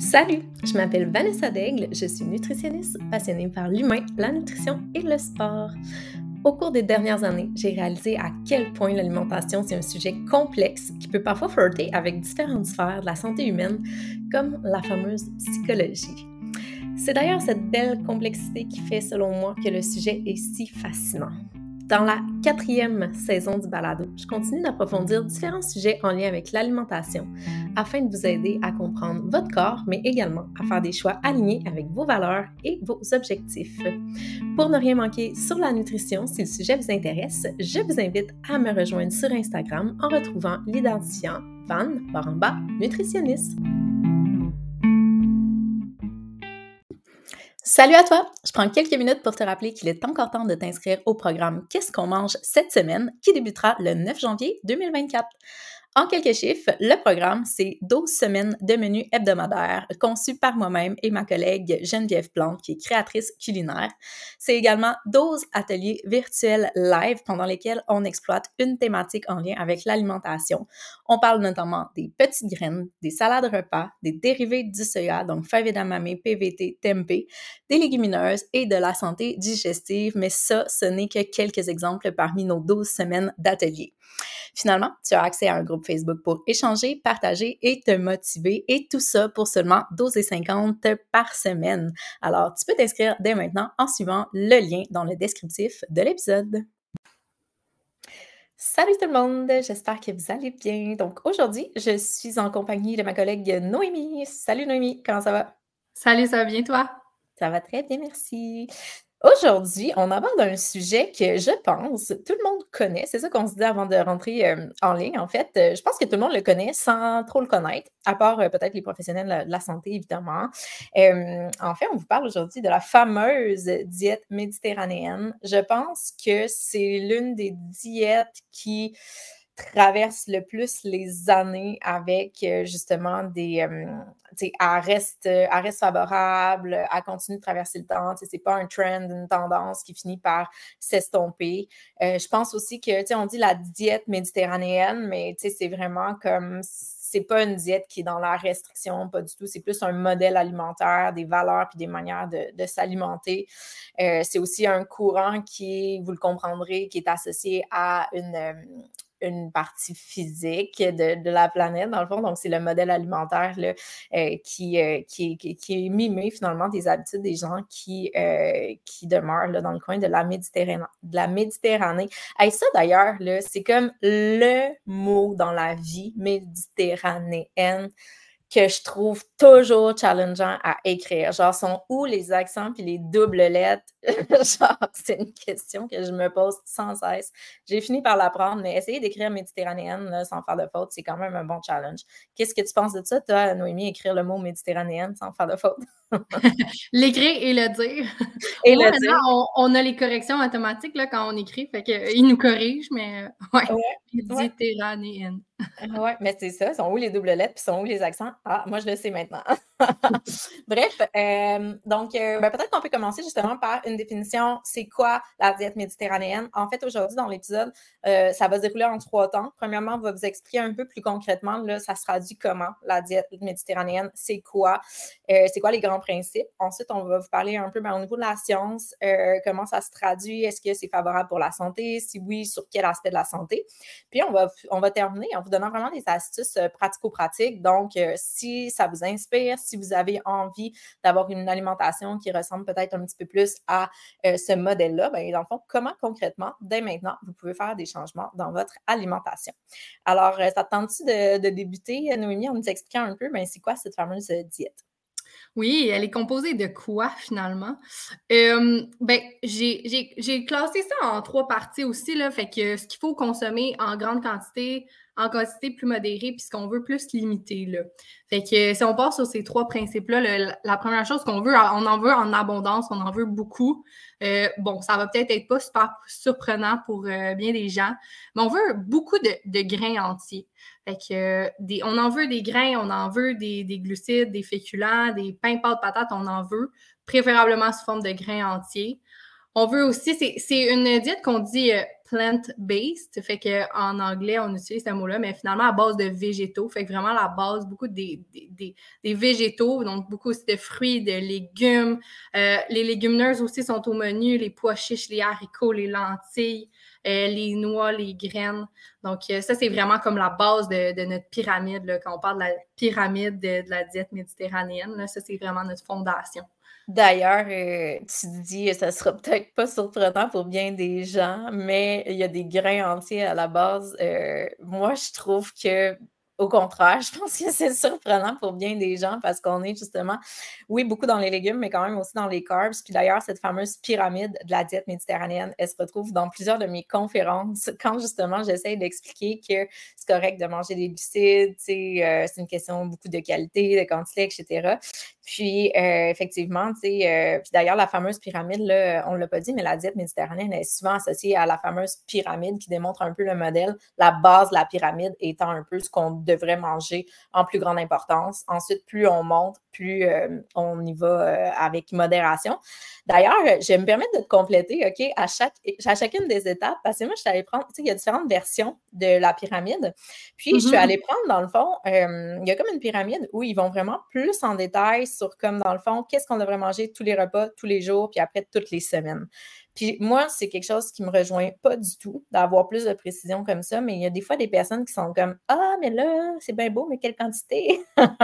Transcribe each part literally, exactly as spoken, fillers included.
Salut, je m'appelle Vanessa Daigle, je suis nutritionniste passionnée par l'humain, la nutrition et le sport. Au cours des dernières années, j'ai réalisé à quel point l'alimentation c'est un sujet complexe qui peut parfois flirter avec différentes sphères de la santé humaine, comme la fameuse psychologie. C'est d'ailleurs cette belle complexité qui fait, selon moi, que le sujet est si fascinant. Dans la quatrième saison du balado, je continue d'approfondir différents sujets en lien avec l'alimentation afin de vous aider à comprendre votre corps, mais également à faire des choix alignés avec vos valeurs et vos objectifs. Pour ne rien manquer sur la nutrition, si le sujet vous intéresse, je vous invite à me rejoindre sur Instagram en retrouvant l'identifiant Van Baramba Nutritionniste. Salut à toi! Je prends quelques minutes pour te rappeler qu'il est encore temps de t'inscrire au programme Qu'est-ce qu'on mange cette semaine qui débutera le neuf janvier deux mille vingt-quatre. En quelques chiffres, le programme, c'est douze semaines de menus hebdomadaires conçus par moi-même et ma collègue Geneviève Plante, qui est créatrice culinaire. C'est également douze ateliers virtuels live pendant lesquels on exploite une thématique en lien avec l'alimentation. On parle notamment des petites graines, des salades repas, des dérivés du soya, donc fèves edamame, P V T, tempeh, des légumineuses et de la santé digestive, mais ça, ce n'est que quelques exemples parmi nos douze semaines d'ateliers. Finalement, tu as accès à un groupe Facebook pour échanger, partager et te motiver, et tout ça pour seulement douze dollars cinquante par semaine. Alors, tu peux t'inscrire dès maintenant en suivant le lien dans le descriptif de l'épisode. Salut tout le monde, j'espère que vous allez bien. Donc aujourd'hui, je suis en compagnie de ma collègue Noémie. Salut Noémie, comment ça va? Salut, ça va bien toi? Ça va très bien, merci. Aujourd'hui, on aborde un sujet que je pense tout le monde connaît. C'est ça qu'on se dit avant de rentrer euh, en ligne. En fait, euh, je pense que tout le monde le connaît sans trop le connaître, à part euh, peut-être les professionnels de la, de la santé, évidemment. Euh, en fait, on vous parle aujourd'hui de la fameuse diète méditerranéenne. Je pense que c'est l'une des diètes qui traverse le plus les années avec euh, justement des, euh, tu sais, elle reste, euh, elle reste favorable, elle continue de traverser le temps, tu sais, c'est pas un trend, une tendance qui finit par s'estomper. Euh, je pense aussi que, tu sais, on dit la diète méditerranéenne, mais tu sais, c'est vraiment comme, c'est pas une diète qui est dans la restriction, pas du tout, c'est plus un modèle alimentaire, des valeurs puis des manières de, de s'alimenter. Euh, c'est aussi un courant qui, vous le comprendrez, qui est associé à une... Euh, une partie physique de, de la planète, dans le fond. Donc, c'est le modèle alimentaire là, euh, qui, euh, qui, qui, qui est mimé, finalement, des habitudes des gens qui, euh, qui demeurent là, dans le coin de la Méditerranée. De la Méditerranée. Et ça, d'ailleurs, là, c'est comme le mot dans la vie méditerranéenne que je trouve toujours challengeant à écrire. Genre, sont où les accents puis les doubles lettres? Genre, c'est une question que je me pose sans cesse. J'ai fini par l'apprendre, mais essayer d'écrire méditerranéenne là, sans faire de faute, c'est quand même un bon challenge. Qu'est-ce que tu penses de ça, toi, Noémie, écrire le mot méditerranéenne sans faire de faute? L'écrire et le dire. Et Au moins, le maintenant, dire. on, on a les corrections automatiques là, quand on écrit, fait qu'ils nous corrigent, mais ouais, Ouais, ouais. méditerranéenne. Oui, mais c'est ça. Sont où les doubles lettres puis sont où les accents? Ah, moi, je le sais maintenant. Bref, euh, donc, euh, ben, peut-être qu'on peut commencer justement par une définition. C'est quoi la diète méditerranéenne? En fait, aujourd'hui, dans l'épisode, euh, ça va se dérouler en trois temps. Premièrement, on va vous expliquer un peu plus concrètement, là, ça se traduit comment, la diète méditerranéenne, c'est quoi? Euh, c'est quoi les grands principes? Ensuite, on va vous parler un peu ben, au niveau de la science, euh, comment ça se traduit, est-ce que c'est favorable pour la santé? Si oui, sur quel aspect de la santé? Puis, on va, on va terminer en vous donnant vraiment des astuces euh, pratico-pratiques. Donc, euh, si ça vous inspire, si vous avez envie d'avoir une alimentation qui ressemble peut-être un petit peu plus à euh, ce modèle-là, bien, dans le fond, comment concrètement, dès maintenant, vous pouvez faire des changements dans votre alimentation. Alors, euh, ça te tente-tu de, de débuter, Noémie, en nous expliquant un peu, bien, c'est quoi cette fameuse euh, diète? Oui, elle est composée de quoi finalement? Euh, ben, j'ai, j'ai, j'ai classé ça en trois parties aussi, là, fait que ce qu'il faut consommer en grande quantité, en quantité plus modérée, puis ce qu'on veut plus limiter, là. Fait que si on passe sur ces trois principes-là, le, la première chose qu'on veut, on en veut en abondance, on en veut beaucoup. Euh, bon, ça va peut-être être pas super surprenant pour euh, bien des gens, mais on veut beaucoup de, de grains entiers. Fait que euh, des, on en veut des grains, on en veut des, des glucides, des féculents, des pains, pâtes, patates, on en veut, préférablement sous forme de grains entiers. On veut aussi, c'est, c'est une diète qu'on dit euh, plant-based, fait qu'en anglais, on utilise ce mot-là, mais finalement à base de végétaux, fait que vraiment la base, beaucoup des, des, des, des végétaux, donc beaucoup aussi de fruits, de légumes. Euh, les légumineuses aussi sont au menu, les pois chiches, les haricots, les lentilles, euh, les noix, les graines. Donc euh, ça, c'est vraiment comme la base de, de notre pyramide, là, quand on parle de la pyramide de, de la diète méditerranéenne, là, ça, c'est vraiment notre fondation. D'ailleurs, euh, tu te dis, ça sera peut-être pas surprenant pour bien des gens, mais il y a des grains entiers à la base. Euh, moi, je trouve que, au contraire, je pense que c'est surprenant pour bien des gens parce qu'on est justement, oui, beaucoup dans les légumes, mais quand même aussi dans les carbs. Puis d'ailleurs, cette fameuse pyramide de la diète méditerranéenne, elle se retrouve dans plusieurs de mes conférences quand justement j'essaie d'expliquer que c'est correct de manger des glucides, tu sais, euh, c'est une question beaucoup de qualité, de quantité, et cetera. Puis, euh, effectivement, tu sais, euh, puis d'ailleurs, la fameuse pyramide, là, on ne l'a pas dit, mais la diète méditerranéenne est souvent associée à la fameuse pyramide qui démontre un peu le modèle, la base de la pyramide étant un peu ce qu'on devrait manger en plus grande importance. Ensuite, plus on monte, plus euh, on y va euh, avec modération. D'ailleurs, je vais me permettre de te compléter, OK, à, chaque, à chacune des étapes, parce que moi, je suis allée prendre, tu sais, il y a différentes versions de la pyramide. Puis, mm-hmm. je suis allée prendre, dans le fond, euh, il y a comme une pyramide où ils vont vraiment plus en détail sur, comme dans le fond, qu'est-ce qu'on devrait manger tous les repas, tous les jours, puis après, toutes les semaines. Puis moi, c'est quelque chose qui me rejoint pas du tout, d'avoir plus de précision comme ça, mais il y a des fois des personnes qui sont comme « Ah, mais là, c'est bien beau, mais quelle quantité? »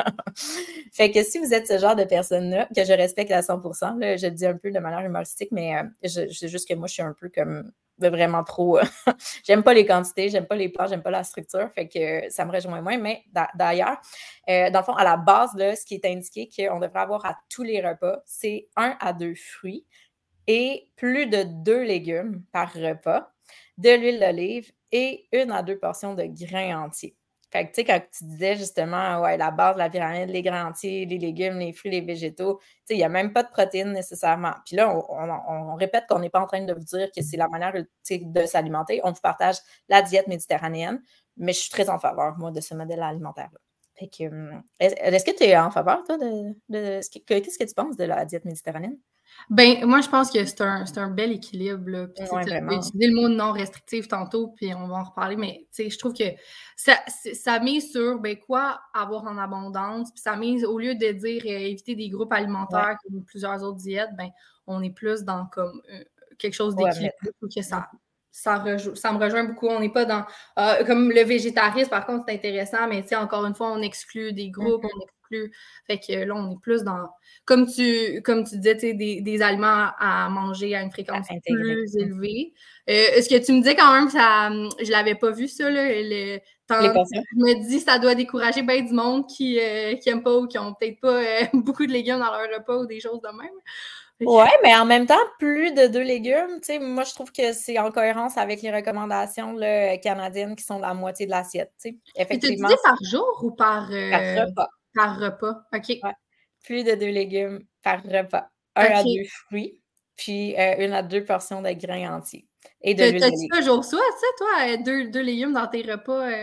Fait que si vous êtes ce genre de personne-là, que je respecte à cent pour cent, là, je le dis un peu de manière humoristique, mais euh, je, je, c'est juste que moi, je suis un peu comme vraiment trop... Euh, j'aime pas les quantités, j'aime pas les plats, j'aime pas la structure, fait que ça me rejoint moins. Mais d'ailleurs, euh, dans le fond, à la base, là, ce qui est indiqué qu'on devrait avoir à tous les repas, c'est un à deux fruits et plus de deux légumes par repas, de l'huile d'olive et une à deux portions de grains entiers. Fait que, tu sais, quand tu disais justement, ouais, la base de la pyramide, les grains entiers, les légumes, les fruits, les végétaux, tu sais, il n'y a même pas de protéines nécessairement. Puis là, on, on, on répète qu'on n'est pas en train de vous dire que c'est la manière de s'alimenter. On vous partage la diète méditerranéenne, mais je suis très en faveur, moi, de ce modèle alimentaire-là. Fait que, est-ce que tu es en faveur, toi, de, de, de qu'est-ce que tu penses de la diète méditerranéenne? Ben, moi, je pense que c'est un, c'est un bel équilibre. Là. Puis, ouais, tu as utilisé le mot non restrictif tantôt, puis on va en reparler, mais je trouve que ça, ça mise sur ben, quoi avoir en abondance, puis ça mise, au lieu de dire euh, éviter des groupes alimentaires ouais. comme plusieurs autres diètes, ben, on est plus dans comme euh, quelque chose d'équilibré ouais, pour que ça. Ça, rejo- ça me rejoint beaucoup. On n'est pas dans... Euh, comme le végétarisme, par contre, c'est intéressant, mais tu sais, encore une fois, on exclut des groupes, mm-hmm. on exclut... Fait que là, on est plus dans... Comme tu, comme tu disais, tu sais, des, des aliments à manger à une fréquence plus élevée. Euh, Est-ce que tu me dis quand même, ça, je l'avais pas vu, ça, là, le... Je me dis, ça doit décourager bien du monde qui euh, qui aiment pas ou qui ont peut-être pas euh, beaucoup de légumes dans leur repas ou des choses de même. Oui, mais en même temps, plus de deux légumes, tu sais, moi, je trouve que c'est en cohérence avec les recommandations là, canadiennes qui sont la moitié de l'assiette, tu sais. Effectivement. Tu dis par jour ou par... Euh, par repas. Par repas, OK. Ouais. Plus de deux légumes par repas. Un okay. à deux fruits, puis euh, une à deux portions de grains entiers. Et de l'huile d'olive. T'as-tu toujours ça, tu sais, toi, deux, deux légumes dans tes repas? Euh...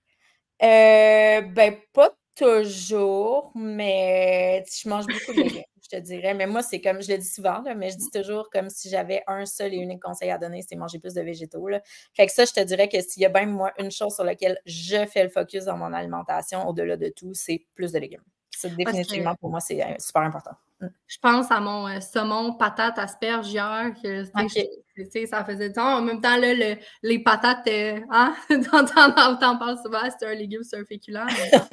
Euh, ben, pas toujours, mais je mange beaucoup de légumes, je te dirais. Mais moi, c'est comme, je le dis souvent, là, mais je dis toujours comme si j'avais un seul et unique conseil à donner, c'est manger plus de végétaux. Là. Fait que ça, je te dirais que s'il y a bien, moi, une chose sur laquelle je fais le focus dans mon alimentation, au-delà de tout, c'est plus de légumes. Ça, définitivement, que, pour moi, c'est euh, super important. Je pense à mon euh, saumon, patate, asperge hier, que okay. je, ça faisait du temps. En même temps, là, le, les patates, euh, hein, t'en parles souvent, c'est un légume, c'est un féculent.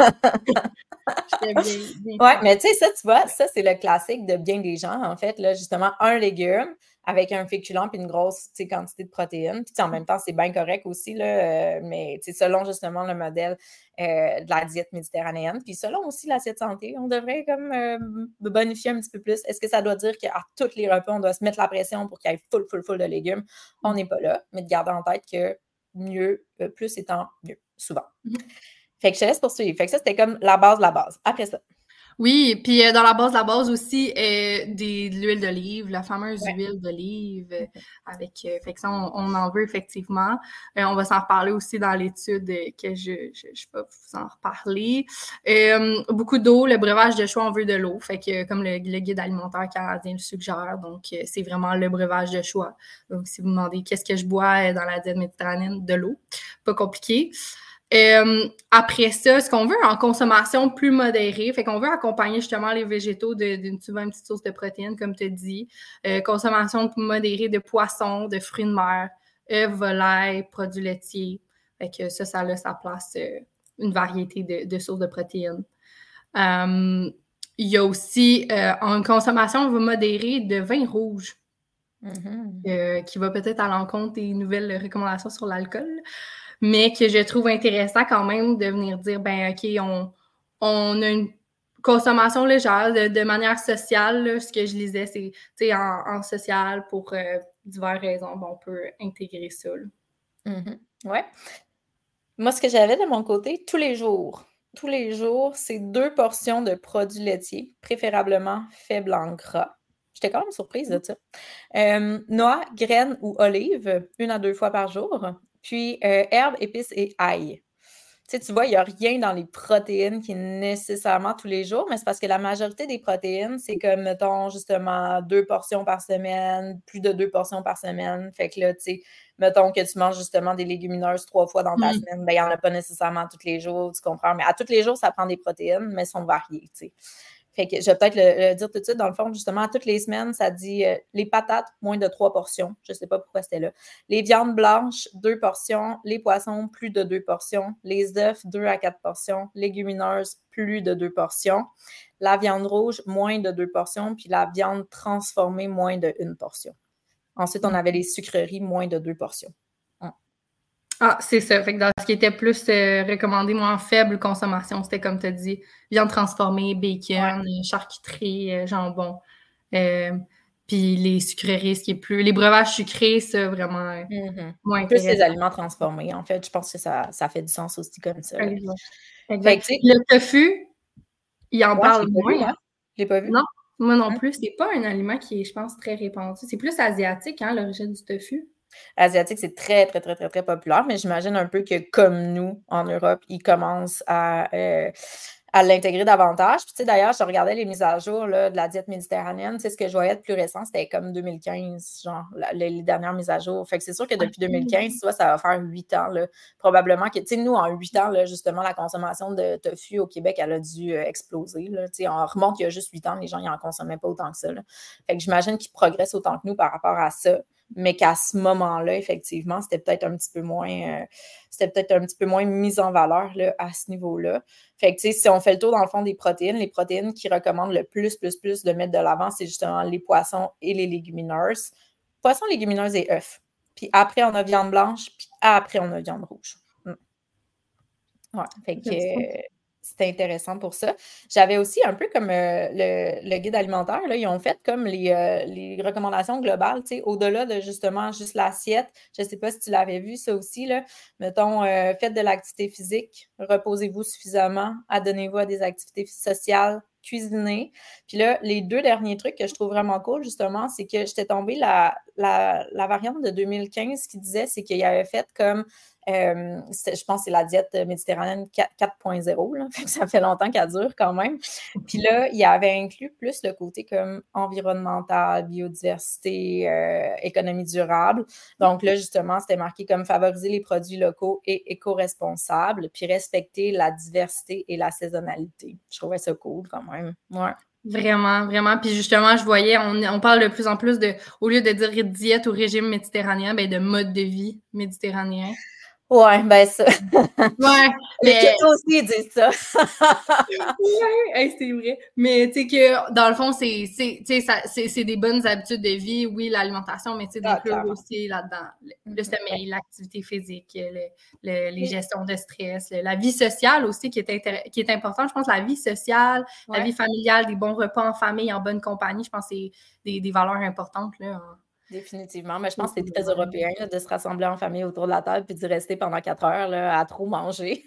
Mais... bien, bien ouais, mais tu sais, ça, tu vois, ça, c'est le classique de bien des gens, en fait, là, justement, un légume avec un féculent puis une grosse quantité de protéines. Puis en même temps, c'est bien correct aussi, là, euh, mais selon justement le modèle euh, de la diète méditerranéenne, puis selon aussi l'assiette santé, on devrait comme euh, bonifier un petit peu plus. Est-ce que ça doit dire qu'à tous les repas, on doit se mettre la pression pour qu'il y ait full, full, full de légumes? On n'est pas là, mais de garder en tête que mieux, euh, plus étant mieux, souvent. Mm-hmm. Fait que je te laisse poursuivre. Fait que ça, c'était comme la base de la base. Après ça. Oui, puis euh, dans la base, la base aussi, euh, des, de l'huile d'olive, la fameuse Ouais. huile d'olive, euh, Mhm. avec, euh, fait que ça, on, on en veut effectivement. Euh, on va s'en reparler aussi dans l'étude euh, que je, je, je vais vous en reparler. Euh, beaucoup d'eau, le breuvage de choix, on veut de l'eau, fait que comme le, le guide alimentaire canadien le suggère, donc euh, c'est vraiment le breuvage de choix. Donc si vous me demandez qu'est-ce que je bois euh, dans la diète méditerranéenne, de l'eau, pas compliqué. Euh, après ça, ce qu'on veut en consommation plus modérée, fait qu'on veut accompagner justement les végétaux d'une souvent une petite source de protéines, comme tu as dit. Euh, consommation modérée de poissons, de fruits de mer, œufs, volailles, produits laitiers. Fait que ça, ça a sa place, euh, une variété de, de sources de protéines. Euh, il y a aussi euh, une consommation modérée de vin rouge, Mhm. euh, qui va peut-être à l'encontre des nouvelles recommandations sur l'alcool, mais que je trouve intéressant quand même de venir dire, ben OK, on, on a une consommation légère de, de manière sociale. Là, ce que je lisais, c'est, tu sais, en, en social, pour euh, diverses raisons, ben, on peut intégrer ça. Là. Mhm. Ouais. Moi, ce que j'avais de mon côté, tous les jours, tous les jours, c'est deux portions de produits laitiers, préférablement faibles en gras. J'étais quand même surprise de ça. Euh, noix, graines ou olives, une à deux fois par jour. Puis euh, herbes, épices et ail. Tu sais, tu vois, il n'y a rien dans les protéines qui est nécessairement tous les jours, mais c'est parce que la majorité des protéines, c'est comme, mettons, justement, deux portions par semaine, plus de deux portions par semaine. Fait que là, tu sais, mettons que tu manges justement des légumineuses trois fois dans ta Mm. semaine, ben il n'y en a pas nécessairement tous les jours, tu comprends? Mais à tous les jours, ça prend des protéines, mais elles sont variées, tu sais. Fait que je vais peut-être le, le dire tout de suite. Dans le fond, justement, toutes les semaines, ça dit euh, les patates, moins de trois portions. Je ne sais pas pourquoi c'était là. Les viandes blanches, deux portions. Les poissons, plus de deux portions. Les œufs, deux à quatre portions. Légumineuses, plus de deux portions. La viande rouge, moins de deux portions. Puis la viande transformée, moins de une portion. Ensuite, on avait les sucreries, moins de deux portions. Hum. Ah, c'est ça. Fait que dans ce qui était plus euh, recommandé, moi, en faible consommation, c'était comme tu as dit, viande transformée, bacon, Ouais. euh, charcuterie, euh, jambon. Euh, Puis les sucreries, ce qui est plus. Les breuvages sucrés, ça, vraiment euh, Mm-hmm. moins Plus les intéressant. aliments transformés. En fait, je pense que ça, ça fait du sens aussi comme ça. Là. Exact. Fait Exact. que, tu sais, Le tofu, il en ouais, je parle l'ai pas vu, moins. moi. Je l'ai pas vu. Non, moi non Hum. plus. C'est pas un aliment qui est, je pense, très répandu. C'est plus asiatique, hein, l'origine du tofu. Asiatique, c'est très, très, très, très, très populaire, mais j'imagine un peu que comme nous, en Europe, ils commencent à, euh, à l'intégrer davantage. Puis, tu sais, d'ailleurs, je regardais les mises à jour là, de la diète méditerranéenne. Tu sais, ce que je voyais de plus récent, c'était comme deux mille quinze, genre, la- les, les dernières mises à jour. Fait que c'est sûr que depuis deux mille quinze, tu vois, ça va faire huit ans, là. Probablement que, tu sais, nous, en huit ans, là, justement, la consommation de tofu au Québec, elle a dû euh, exploser, là. Tu sais, on remonte il y a juste huit ans, les gens, ils en consommaient pas autant que ça, là. Fait que j'imagine qu'ils progressent autant que nous par rapport à ça. Mais qu'à ce moment-là, effectivement, c'était peut-être un petit peu moins, euh, c'était peut-être un petit peu moins mis en valeur là, à ce niveau-là. Fait que, tu sais, si on fait le tour, dans le fond, des protéines, les protéines qui recommandent le plus, plus, plus de mettre de l'avant, c'est justement les poissons et les légumineuses. Poissons, légumineuses et œufs. Puis après, on a viande blanche, puis après, on a viande rouge. Mm. Ouais, fait que euh, c'était intéressant pour ça. J'avais aussi un peu comme euh, le, le guide alimentaire, là, ils ont fait comme les, euh, les recommandations globales, tu sais, au-delà de justement juste l'assiette. Je ne sais pas si tu l'avais vu, ça aussi, là. Mettons, euh, faites de l'activité physique, reposez-vous suffisamment, adonnez-vous à des activités sociales, cuisinez. Puis là, les deux derniers trucs que je trouve vraiment cool, justement, c'est que j'étais tombée la, la, la variante de deux mille quinze qui disait, c'est qu'il avait fait comme Euh, je pense que c'est la diète méditerranéenne quatre point zéro. Là. Ça fait longtemps qu'elle dure quand même. Puis là, il avait inclus plus le côté comme environnemental, biodiversité, euh, économie durable. Donc là, justement, c'était marqué comme favoriser les produits locaux et éco-responsables, puis respecter la diversité et la saisonnalité. Je trouvais ça cool quand même. Ouais. Vraiment, vraiment. Puis justement, je voyais, on, on parle de plus en plus de, au lieu de dire diète ou régime méditerranéen, ben de mode de vie méditerranéen. Ouais, ben ça. Ouais, Les mais ketos aussi, ils disent ça. ouais, hey, c'est vrai. Mais tu sais que dans le fond, c'est c'est des bonnes habitudes de vie, oui, l'alimentation, mais tu sais, Ah, d'inclure clairement. aussi là-dedans le, le Mhm. sommeil, l'activité physique, le, le, les Oui. gestions de stress, le- la vie sociale aussi qui est, intér- qui est importante. Je pense la vie sociale, la Ouais. vie familiale, des bons repas en famille, en bonne compagnie, je pense que c'est des, des valeurs importantes là, Définitivement, mais je pense que c'est très Ouais. européen, là, de se rassembler en famille autour de la table puis d'y rester pendant quatre heures, là, à trop manger,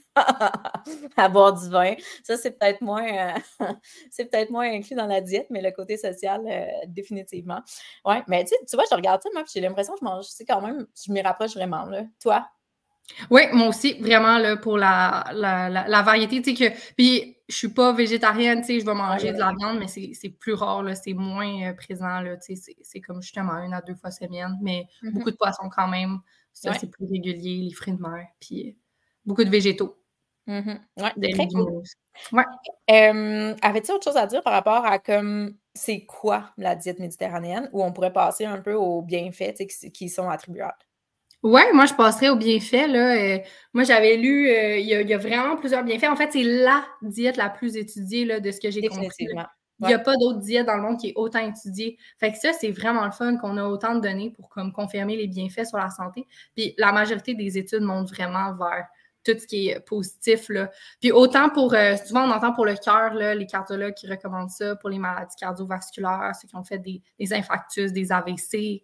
à boire du vin. Ça, c'est peut-être moins, heu, c'est peut-être moins inclus dans la diète, mais le côté social, heu, définitivement. Ouais, mais tu sais, tu vois, je regarde ça, moi, puis j'ai l'impression que je mange, tu sais, quand même, je m'y rapproche vraiment, là. Toi? Oui, moi aussi, vraiment, là, pour la la la la variété, tu sais, que puis je suis pas végétarienne, tu sais, je vais Ouais, manger ouais, de ouais. la viande, mais c'est c'est plus rare, là, c'est moins, heu, présent, là, tu sais, c'est c'est comme justement une à deux fois semaine, mais Mmh beaucoup mh. de poissons quand même, ça, Ouais. c'est plus régulier, les fruits de mer, puis, heu, beaucoup de végétaux, Mmh mh. Ouais, des très cool. légumineuses. Ouais. Hem, avais-tu autre chose à dire par rapport à comme, c'est quoi la diète méditerranéenne? Ou on pourrait passer un peu aux bienfaits, tu sais, qui s qui y sont attribuables? Ouais, moi, je passerais aux bienfaits, là, heu, moi, j'avais lu, heu, il y a il y a vraiment plusieurs bienfaits. En fait, c'est la diète la plus étudiée, là, de ce que j'ai compris, là. Définitivement. Il y Ouais. a pas d'autre diète dans le monde qui est autant étudiée. Fait que ça, c'est vraiment le fun qu'on a autant de données pour comme confirmer les bienfaits sur la santé. Puis la majorité des études montent vraiment vers tout ce qui est positif, là. Puis autant pour, heu, souvent on entend pour le cœur, là, les cardiologues qui recommandent ça, pour les maladies cardiovasculaires, ceux qui ont fait des des infarctus, des A V C,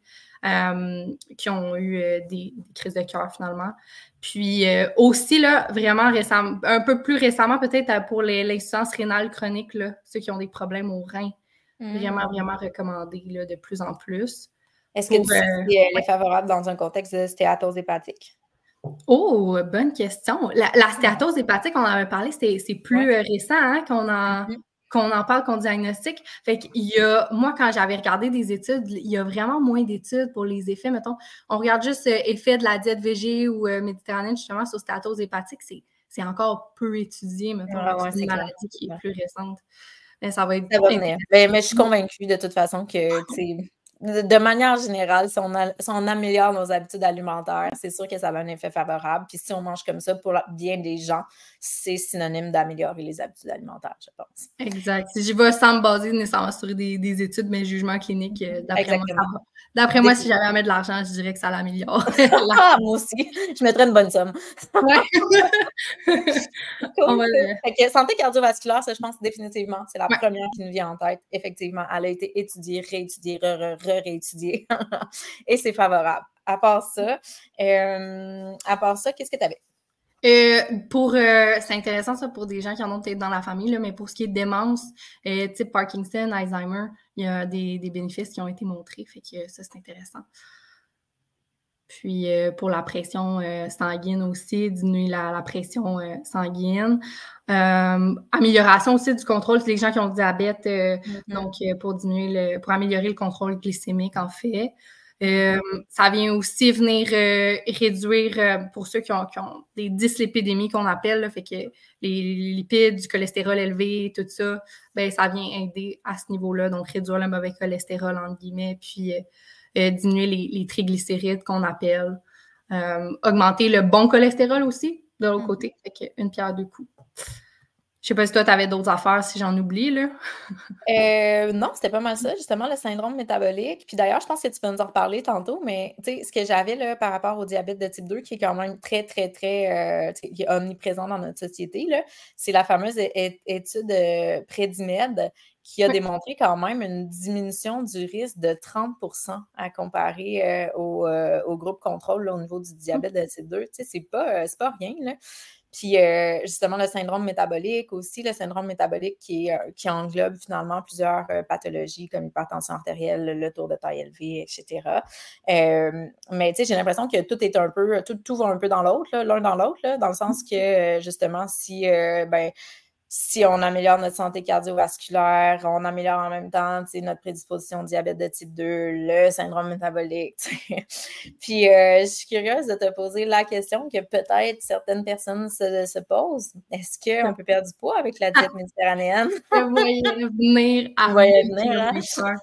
hem, qui ont eu, heu, des des crises de cœur finalement. Puis, heu, aussi là, vraiment récem un peu plus récemment peut-être, heu, pour les l'insuffisance rénale chronique là, ceux qui ont des problèmes aux reins, vraiment, Mmh. vraiment recommandé là, de plus en plus Est-ce que pour, tu heu sais si elle est ouais. favorable dans un contexte de stéatose hépatique? Oh, bonne question. La la Mmh. stéatose hépatique, on en avait parlé, c'est c'est Ouais. plus, heu, récent, hein, qu'on Mmh en mh. qu'on en parle, qu'on diagnostique. Fait qu'il y a moi, quand j'avais regardé des études, il y a vraiment moins d'études pour les effets. Mettons, on regarde juste, heu, effet de la diète végé ou, heu, méditerranéenne justement sur stéatose hépatique, c'est c'est encore peu étudié, mettons, Ouais, vu que ouais, c'est une c'est clair, maladie c'est qui est clair. plus récente. Mais ça va être Ça va venir. intéressant. Mais mais je suis convaincue de toute façon que, tu sais, de de manière générale, si on a si on améliore nos habitudes alimentaires, c'est sûr que ça a un effet favorable. Puis si on mange comme ça, pour la bien des gens, c'est synonyme d'améliorer les habitudes alimentaires, je pense. Exact. Si j'y vais sans me baser nécessairement sur des des études, mais jugements cliniques, heu, d'après moi, ça Exactement. va. D'après moi, si Définitivement. j'avais à mettre de l'argent, je dirais que ça l'améliore la Moi aussi, je mettrais une bonne somme. ouais. On Cool, va cool. le Fait que santé cardiovasculaire, ça, je pense définitivement, c'est la ouais. première qui nous vient en tête. Effectivement, elle a été étudiée, réétudiée, re, re, re-réétudiée et c'est favorable. À part ça, hem, à part ça, qu'est-ce que tu avais? Heu, pour, heu c'est intéressant ça pour des gens qui en ont peut-être dans la famille, là, mais pour ce qui est de démence, heu, type Parkinson, Alzheimer, il y a des des bénéfices qui ont été montrés, fait que ça, c'est intéressant. Puis, heu, pour la pression, heu, sanguine aussi, diminuer la la pression, heu, sanguine. Hem, amélioration aussi du contrôle, c'est les gens qui ont le diabète, heu, Mmh mh. donc heu, pour diminuer le pour améliorer le contrôle glycémique, en fait. Mmh Hem, mh. ça vient aussi venir, heu, réduire, heu, pour ceux qui ont qui ont des dyslipidémies qu'on appelle, là, fait que les lipides, du cholestérol élevé, tout ça, ben ça vient aider à ce niveau-là, donc réduire le «mauvais cholestérol» entre guillemets, puis, heu heu, diminuer les les triglycérides qu'on appelle. Hem, augmenter le bon cholestérol aussi, de l'autre Mmh. côté, fait que une pierre deux coups. Je sais pas si toi, tu avais d'autres affaires, si j'en oublie, là? Heu, non, c'était pas mal ça, justement, le syndrome métabolique. Puis d'ailleurs, je pense que tu vas nous en reparler tantôt, mais tu sais, ce que j'avais là, par rapport au diabète de type deux, qui est quand même très, très, très, heu, tu sais, qui est omniprésent dans notre société, là, c'est la fameuse é é étude, heu, Predimed qui a Oui. démontré quand même une diminution du risque de trente à comparer, heu, au, heu, au groupe contrôle, là, au niveau du diabète de type deux. Tu sais, c'est pas, heu, c'est pas rien, là. Puis, heu, justement, le syndrome métabolique aussi, le syndrome métabolique qui est, heu, qui englobe finalement plusieurs, heu, pathologies comme l'hypertension artérielle, le taux de taille élevé, et cetera. Hem, mais tu sais, j'ai l'impression que tout est un peu tout tout va un peu dans l'autre, là, l'un dans l'autre, là, dans le sens que, heu, justement, si, heu, ben, si on améliore notre santé cardiovasculaire, on améliore en même temps, tu sais, notre prédisposition au diabète de type deux, le syndrome métabolique, tu sais. Puis, heu, je suis curieuse de te poser la question que peut-être certaines personnes se se posent. Est-ce qu'on peut perdre du poids avec la diète méditerranéenne? Je voyais venir Tu à vas y mille venir, hein? kilomètres heure.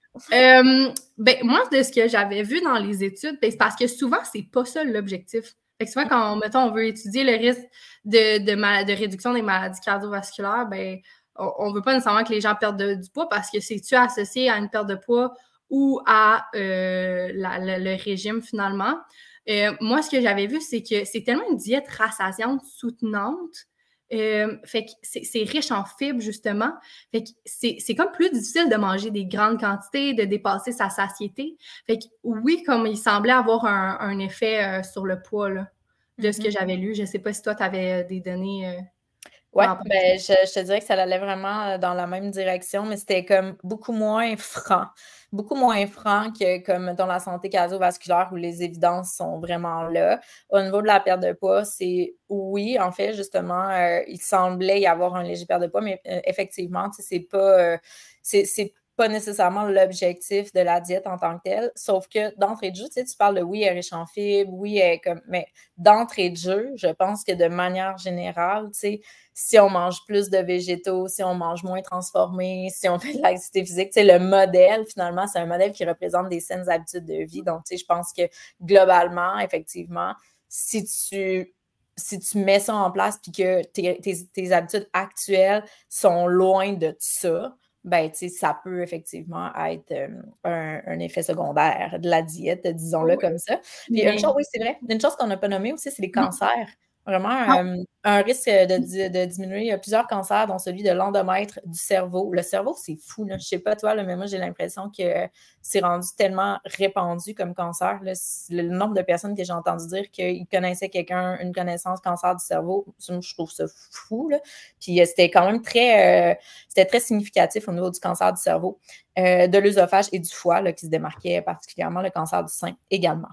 Hem, ben, moi, de ce que j'avais vu dans les études, ben, c'est parce que souvent, c'est pas ça l'objectif. Fait que souvent, quand, mettons, on veut étudier le risque de de ma de réduction des maladies cardiovasculaires, ben, on on veut pas nécessairement que les gens perdent de du poids parce que c'est-tu associé à une perte de poids ou à, heu, la le le régime finalement? Heu, moi, ce que j'avais vu, c'est que c'est tellement une diète rassasiante, soutenante, Euh, fait que c'est, c'est riche en fibres, justement. Fait que c'est, c'est comme plus difficile de manger des grandes quantités, de dépasser sa satiété. Fait que oui, comme il semblait avoir un, un effet euh, sur le poids, là, de mm-hmm. ce que j'avais lu. Je sais pas si toi, tu avais des données... Euh, Oui, ben, je, je te dirais que ça allait vraiment dans la même direction, mais c'était comme beaucoup moins franc. Beaucoup moins franc que comme dans la santé cardiovasculaire où les évidences sont vraiment là. Au niveau de la perte de poids, c'est oui, en fait, justement, euh, il semblait y avoir un léger perte de poids, mais euh, effectivement, c'est pas, euh, c'est, c'est pas nécessairement l'objectif de la diète en tant que telle, sauf que d'entrée de jeu, tu sais, tu parles de oui, elle est riche en fibres, oui, elle est comme, mais d'entrée de jeu, je pense que de manière générale, tu sais, si on mange plus de végétaux, si on mange moins transformé, si on fait de l'activité physique, tu sais, le modèle, finalement, c'est un modèle qui représente des saines habitudes de vie. Donc, tu sais, je pense que globalement, effectivement, si tu, si tu mets ça en place puis que tes, tes, tes habitudes actuelles sont loin de ça, ben, tu sais, ça peut effectivement être euh, un, un effet secondaire de la diète, disons-le oui. comme ça. Puis Mais... une chose, oui, c'est vrai, une chose qu'on n'a pas nommée aussi, c'est les cancers. Vraiment, euh, un risque de, de diminuer. Il y a plusieurs cancers, dont celui de l'endomètre, du cerveau. Le cerveau, c'est fou. Là. Je ne sais pas toi, là, mais moi, j'ai l'impression que c'est rendu tellement répandu comme cancer. Là. Le nombre de personnes que j'ai entendu dire qu'ils connaissaient quelqu'un, une connaissance cancer du cerveau, je trouve ça fou. Là. Puis c'était quand même très, euh, c'était très significatif au niveau du cancer du cerveau, euh, de l'œsophage et du foie, là, qui se démarquait particulièrement, le cancer du sein également.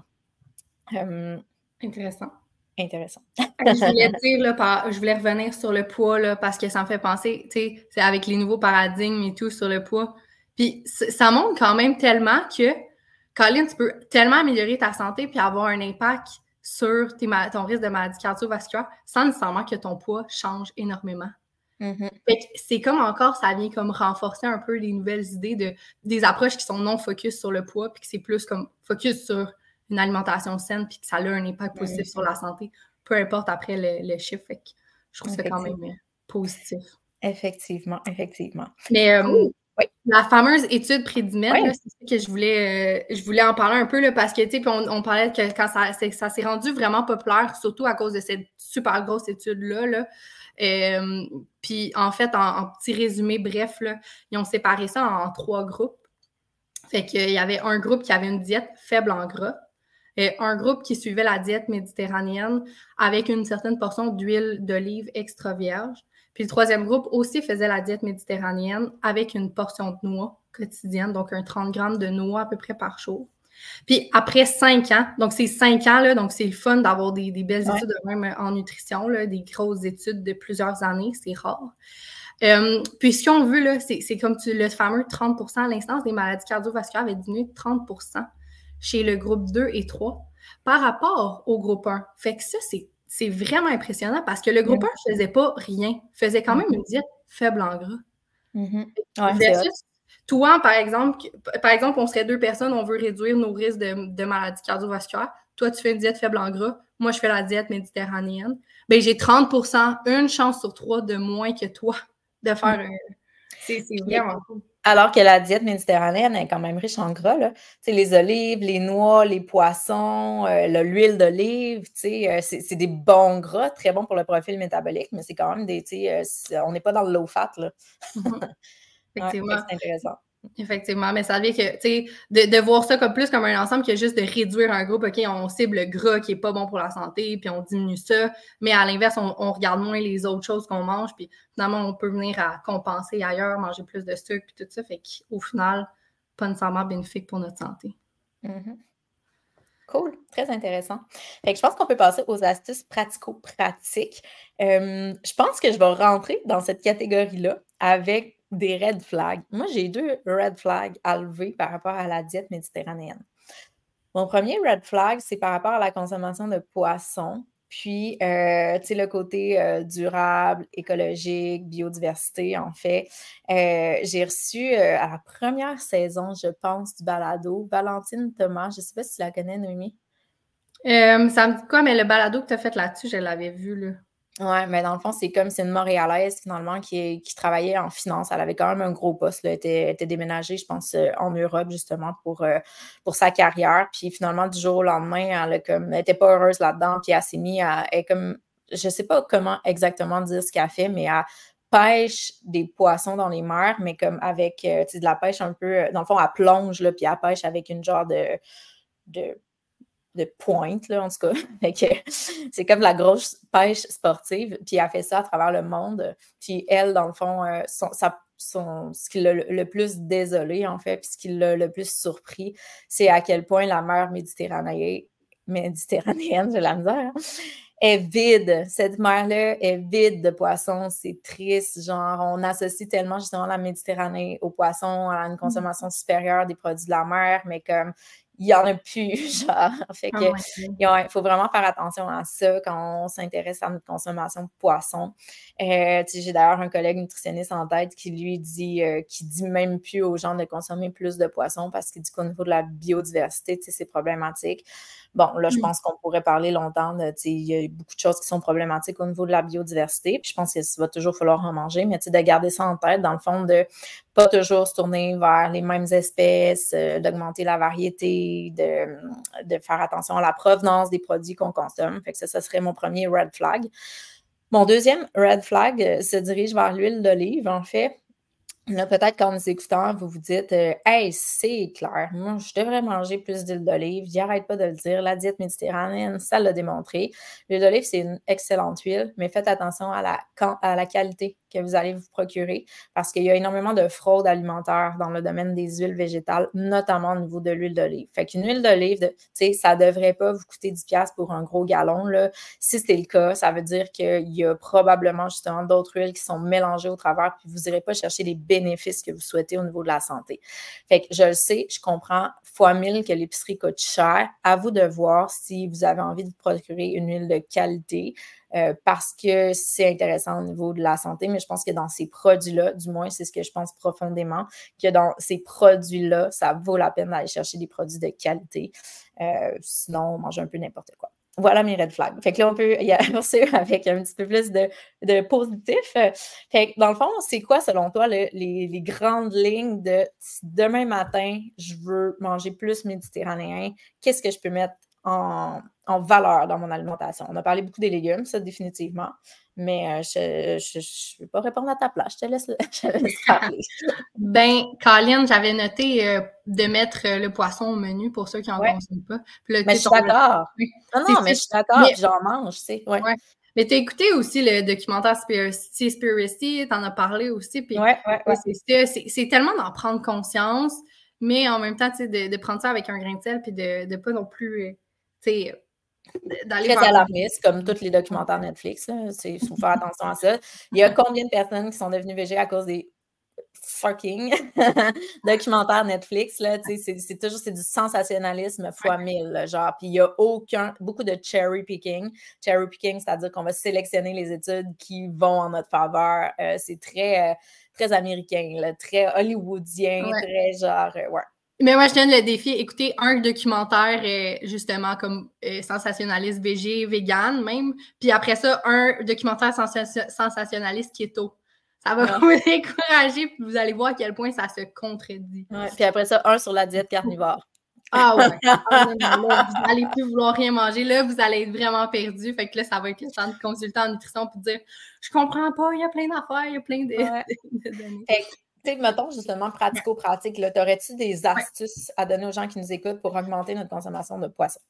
Euh, Intéressant. Intéressant. je voulais dire, là, par, je voulais revenir sur le poids, là, parce que ça me fait penser, tu sais, c'est avec les nouveaux paradigmes et tout sur le poids. Puis ça montre quand même tellement que, Colin, tu peux tellement améliorer ta santé puis avoir un impact sur tes, ton risque de maladie cardiovasculaire sans nécessairement que ton poids change énormément. Mm-hmm. Fait que c'est comme encore, ça vient comme renforcer un peu les nouvelles idées de des approches qui sont non focus sur le poids puis que c'est plus comme focus sur une alimentation saine puis que ça a un impact positif mm-hmm. sur la santé, peu importe après le, le chiffre. Fait que je trouve ça quand même positif. Effectivement, effectivement. Mais euh, cool. oui. La fameuse étude Prédimed, oui. là, c'est ça que je voulais, euh, je voulais en parler un peu là, parce que, tu sais, on, on parlait que quand ça, ça s'est rendu vraiment populaire, surtout à cause de cette super grosse étude-là, là. Euh, puis, en fait, en, en petit résumé bref, là, ils ont séparé ça en, en trois groupes. Fait qu'il y avait un groupe qui avait une diète faible en gras, et un groupe qui suivait la diète méditerranéenne avec une certaine portion d'huile d'olive extra vierge. Puis le troisième groupe aussi faisait la diète méditerranéenne avec une portion de noix quotidienne, donc un trente grammes de noix à peu près par jour. Puis après cinq ans, donc c'est cinq ans, là, donc c'est le fun d'avoir des, des belles ouais. études même en nutrition, là, des grosses études de plusieurs années, c'est rare. Euh, puis ce qu'on veut, là, c'est, c'est comme tu, le fameux trente pour cent, l'incidence des maladies cardiovasculaires avait diminué de trente pour cent chez le groupe deux et trois par rapport au groupe un. Fait que ça, c'est, c'est vraiment impressionnant parce que le groupe mm-hmm. un ne faisait pas rien, faisait quand même mm-hmm. une diète faible en gras. Mm-hmm. Ouais, versus toi, par exemple, par exemple, on serait deux personnes, on veut réduire nos risques de, de maladies cardiovasculaires. Toi, tu fais une diète faible en gras. Moi, je fais la diète méditerranéenne. Bien, j'ai trente pour cent, une chance sur trois de moins que toi de faire un... C'est, c'est vraiment cool. Alors que la diète méditerranéenne est quand même riche en gras. Là. Les olives, les noix, les poissons, euh, le, l'huile d'olive, euh, c'est, c'est des bons gras, très bons pour le profil métabolique, mais c'est quand même des... Euh, on n'est pas dans le low fat. Là. Mm-hmm. Effectivement. Ouais, c'est intéressant. Effectivement, mais ça veut dire que, tu sais, de, de voir ça comme plus comme un ensemble que juste de réduire un groupe, OK, on cible le gras qui n'est pas bon pour la santé, puis on diminue ça, mais à l'inverse, on, on regarde moins les autres choses qu'on mange, puis finalement, on peut venir à compenser ailleurs, manger plus de sucre, puis tout ça, fait qu'au final, pas nécessairement bénéfique pour notre santé. Mm-hmm. Cool, très intéressant. Fait que je pense qu'on peut passer aux astuces pratico-pratiques. Euh, je pense que je vais rentrer dans cette catégorie-là avec des red flags. Moi, j'ai deux red flags à lever par rapport à la diète méditerranéenne. Mon premier red flag, c'est par rapport à la consommation de poissons, puis, euh, tu sais, le côté euh, durable, écologique, biodiversité, en fait. Euh, j'ai reçu euh, à la première saison, je pense, du balado, Valentine Thomas. Je ne sais pas si tu la connais, Noémie. Euh, ça me dit quoi, mais le balado que tu as fait là-dessus, je l'avais vu, là. Oui, mais dans le fond, c'est comme c'est une Montréalaise, finalement, qui, qui travaillait en finance. Elle avait quand même un gros poste. Là. Elle était, était déménagée, je pense, en Europe, justement, pour, euh, pour sa carrière. Puis finalement, du jour au lendemain, elle n'était pas heureuse là-dedans. Puis elle s'est mise à... Elle, comme, je sais pas comment exactement dire ce qu'elle fait, mais elle pêche des poissons dans les mers, mais comme avec, euh, tu sais, de la pêche un peu, euh, dans le fond, elle plonge, là, puis elle pêche avec une genre de, de, de pointe, là, en tout cas. Fait que c'est comme de la grosse pêche sportive, puis elle fait ça à travers le monde. Puis elle, dans le fond, euh, son, sa- son- ce qui l'a le, le plus désolé, en fait, puis ce qui l'a le plus surpris, c'est à quel point la mer Méditerranée, méditerranéenne, j'ai la misère, hein, est vide. Cette mer-là est vide de poissons. C'est triste. Genre, on associe tellement justement la Méditerranée aux poissons, à une consommation supérieure des produits de la mer, mais comme il n'y en a plus, genre. Fait que, Oh my God. il faut vraiment faire attention à ça quand on s'intéresse à notre consommation de poissons. Euh, tu sais, j'ai d'ailleurs un collègue nutritionniste en tête qui lui dit, euh, qui dit même plus aux gens de consommer plus de poissons parce qu'il dit qu'au niveau de la biodiversité, tu sais, c'est problématique. Bon, là, je pense qu'on pourrait parler longtemps de, tu sais, il y a beaucoup de choses qui sont problématiques au niveau de la biodiversité, puis je pense qu'il va toujours falloir en manger, mais tu sais, de garder ça en tête, dans le fond, de pas toujours se tourner vers les mêmes espèces, euh, d'augmenter la variété, de, de faire attention à la provenance des produits qu'on consomme. Fait que ça, ça serait mon premier red flag. Mon deuxième red flag euh, se dirige vers l'huile d'olive, en fait. Là, peut-être qu'en nous écoutant, vous vous dites euh, Hey, c'est clair, moi, je devrais manger plus d'huile d'olive. Il n'arrête pas de le dire. La diète méditerranéenne, ça l'a démontré. L'huile d'olive, c'est une excellente huile, mais faites attention à la, à la qualité que vous allez vous procurer parce qu'il y a énormément de fraude alimentaire dans le domaine des huiles végétales, notamment au niveau de l'huile d'olive. Fait qu'une huile d'olive, tu sais, ça ne devrait pas vous coûter dix dollars pour un gros gallon, là. Si c'est le cas, ça veut dire qu'il y a probablement justement d'autres huiles qui sont mélangées au travers, puis vous n'irez pas chercher les bénéfices que vous souhaitez au niveau de la santé. Fait que je le sais, je comprends fois mille que l'épicerie coûte cher. À vous de voir si vous avez envie de vous procurer une huile de qualité. Euh, parce que c'est intéressant au niveau de la santé, mais je pense que dans ces produits-là, du moins, c'est ce que je pense profondément, que dans ces produits-là, ça vaut la peine d'aller chercher des produits de qualité. Euh, sinon, on mange un peu n'importe quoi. Voilà mes red flags. Fait que là, on peut y avancer avec un petit peu plus de, de positif. Fait que dans le fond, c'est quoi, selon toi, le, les, les grandes lignes de demain matin, je veux manger plus méditerranéen, qu'est-ce que je peux mettre en, en valeur dans mon alimentation? On a parlé beaucoup des légumes, ça, définitivement, mais euh, je ne vais pas répondre à ta place. Je te laisse, je te laisse parler. Ben, Colin, j'avais noté euh, de mettre euh, le poisson au menu pour ceux qui n'en ouais. consomment pas. Puis là, mais je suis d'accord. Non, non, mais je suis d'accord, mais... j'en mange, tu sais. Ouais. ouais. Mais tu as écouté aussi le documentaire Spiracy, tu en as parlé aussi. Puis ouais, ouais, ouais. c'est, c'est, c'est tellement d'en prendre conscience, mais en même temps, tu sais, de, de prendre ça avec un grain de sel, puis de ne pas non plus, tu sais, d'aller très alarmiste, comme tous les documentaires Netflix. Il faut faire attention à ça. Il y a combien de personnes qui sont devenues végé à cause des fucking documentaires Netflix? Là, c'est, c'est toujours c'est du sensationnalisme fois mille. Là, genre, puis il n'y a aucun, beaucoup de cherry picking. Cherry picking, c'est-à-dire qu'on va sélectionner les études qui vont en notre faveur. Euh, c'est très, euh, très américain, là, très hollywoodien, ouais. très genre, euh, ouais. Mais moi, je donne le défi, écoutez un documentaire euh, justement comme euh, sensationnaliste végé, vegan même, puis après ça, un documentaire sens- sensationnaliste keto. Ça va ouais. vous décourager, puis vous allez voir à quel point ça se contredit. Ouais. Puis après ça, un sur la diète carnivore. Ah ouais. Ah, non, non, là, vous n'allez plus vouloir rien manger. Là, vous allez être vraiment perdu. Fait que là, ça va être le temps de consulter en nutrition pour dire « Je comprends pas, il y a plein d'affaires, il y a plein de, ouais. de, de données. » Tu sais, mettons justement pratico-pratique, là, t'aurais-tu des astuces ouais. à donner aux gens qui nous écoutent pour augmenter notre consommation de poissons?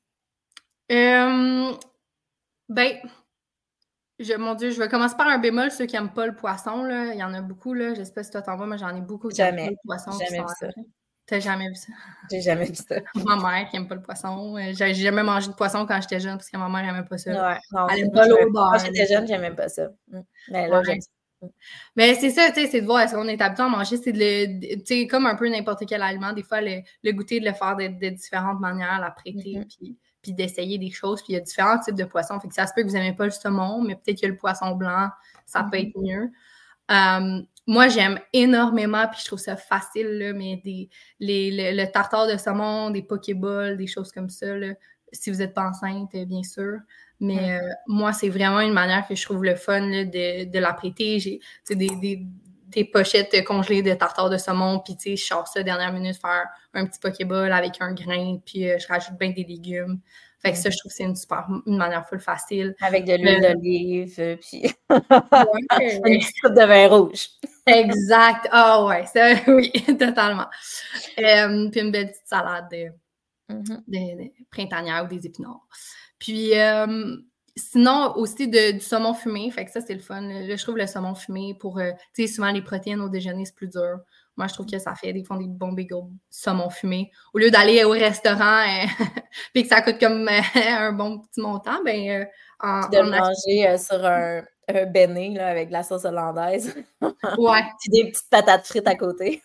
Euh, ben, je, mon Dieu, je vais commencer par un bémol, ceux qui n'aiment pas le poisson, là. Il y en a beaucoup, là. Je sais pas si toi t'en vois, moi j'en ai beaucoup qui n'aiment pas le poisson. Jamais vu ça. T'as jamais vu ça? J'ai jamais vu ça. Ma mère qui n'aime pas le poisson. J'ai jamais mangé de poisson quand j'étais jeune parce que ma mère n'aimait pas ça. Ouais, non, elle n'aime pas l'odeur. Quand j'étais jeune, j'aimais pas ça. Mais là, ouais. j'aime ça. Mais c'est ça, tu sais, c'est de voir est-ce qu'on est habitué à manger, c'est de le, tu sais, comme un peu n'importe quel aliment, des fois, le, le goûter, de le faire de, de différentes manières, l'apprêter, mm-hmm. puis, puis d'essayer des choses, puis il y a différents types de poissons, fait que ça se peut que vous n'aimez pas le saumon, mais peut-être que le poisson blanc, ça mm-hmm. peut être mieux. Um, moi, j'aime énormément, puis je trouve ça facile, là, mais des, les, le, le tartare de saumon, des pokéballs, des choses comme ça, là, si vous n'êtes pas enceinte, bien sûr. Mais euh, moi, c'est vraiment une manière que je trouve le fun là, de, de l'apprêter. J'ai des, des, des pochettes congelées de tartare de saumon, puis je sors ça dernière minute, faire un petit pokéball avec un grain, puis euh, je rajoute bien des légumes. Fait que ça, je trouve que c'est une super une manière full facile. Avec de l'huile Euh, d'olive, puis ouais. une petite coupe de vin rouge. Exact. Ah ouais, ça, oui, totalement. Euh, puis une belle petite salade de, Mm-hmm. de, de printanière ou des épinards. Puis euh, sinon, aussi de, du saumon fumé. Fait que ça, c'est le fun. Là, je trouve le saumon fumé pour, euh, tu sais, souvent les protéines au déjeuner, c'est plus dur. Moi, je trouve que ça fait des fois des bons bagels saumon fumé. Au lieu d'aller au restaurant euh, puis que ça coûte comme euh, un bon petit montant, ben euh, en, Puis de en le manger euh, sur un, un béné là, avec de la sauce hollandaise. ouais. Puis des petites patates frites à côté.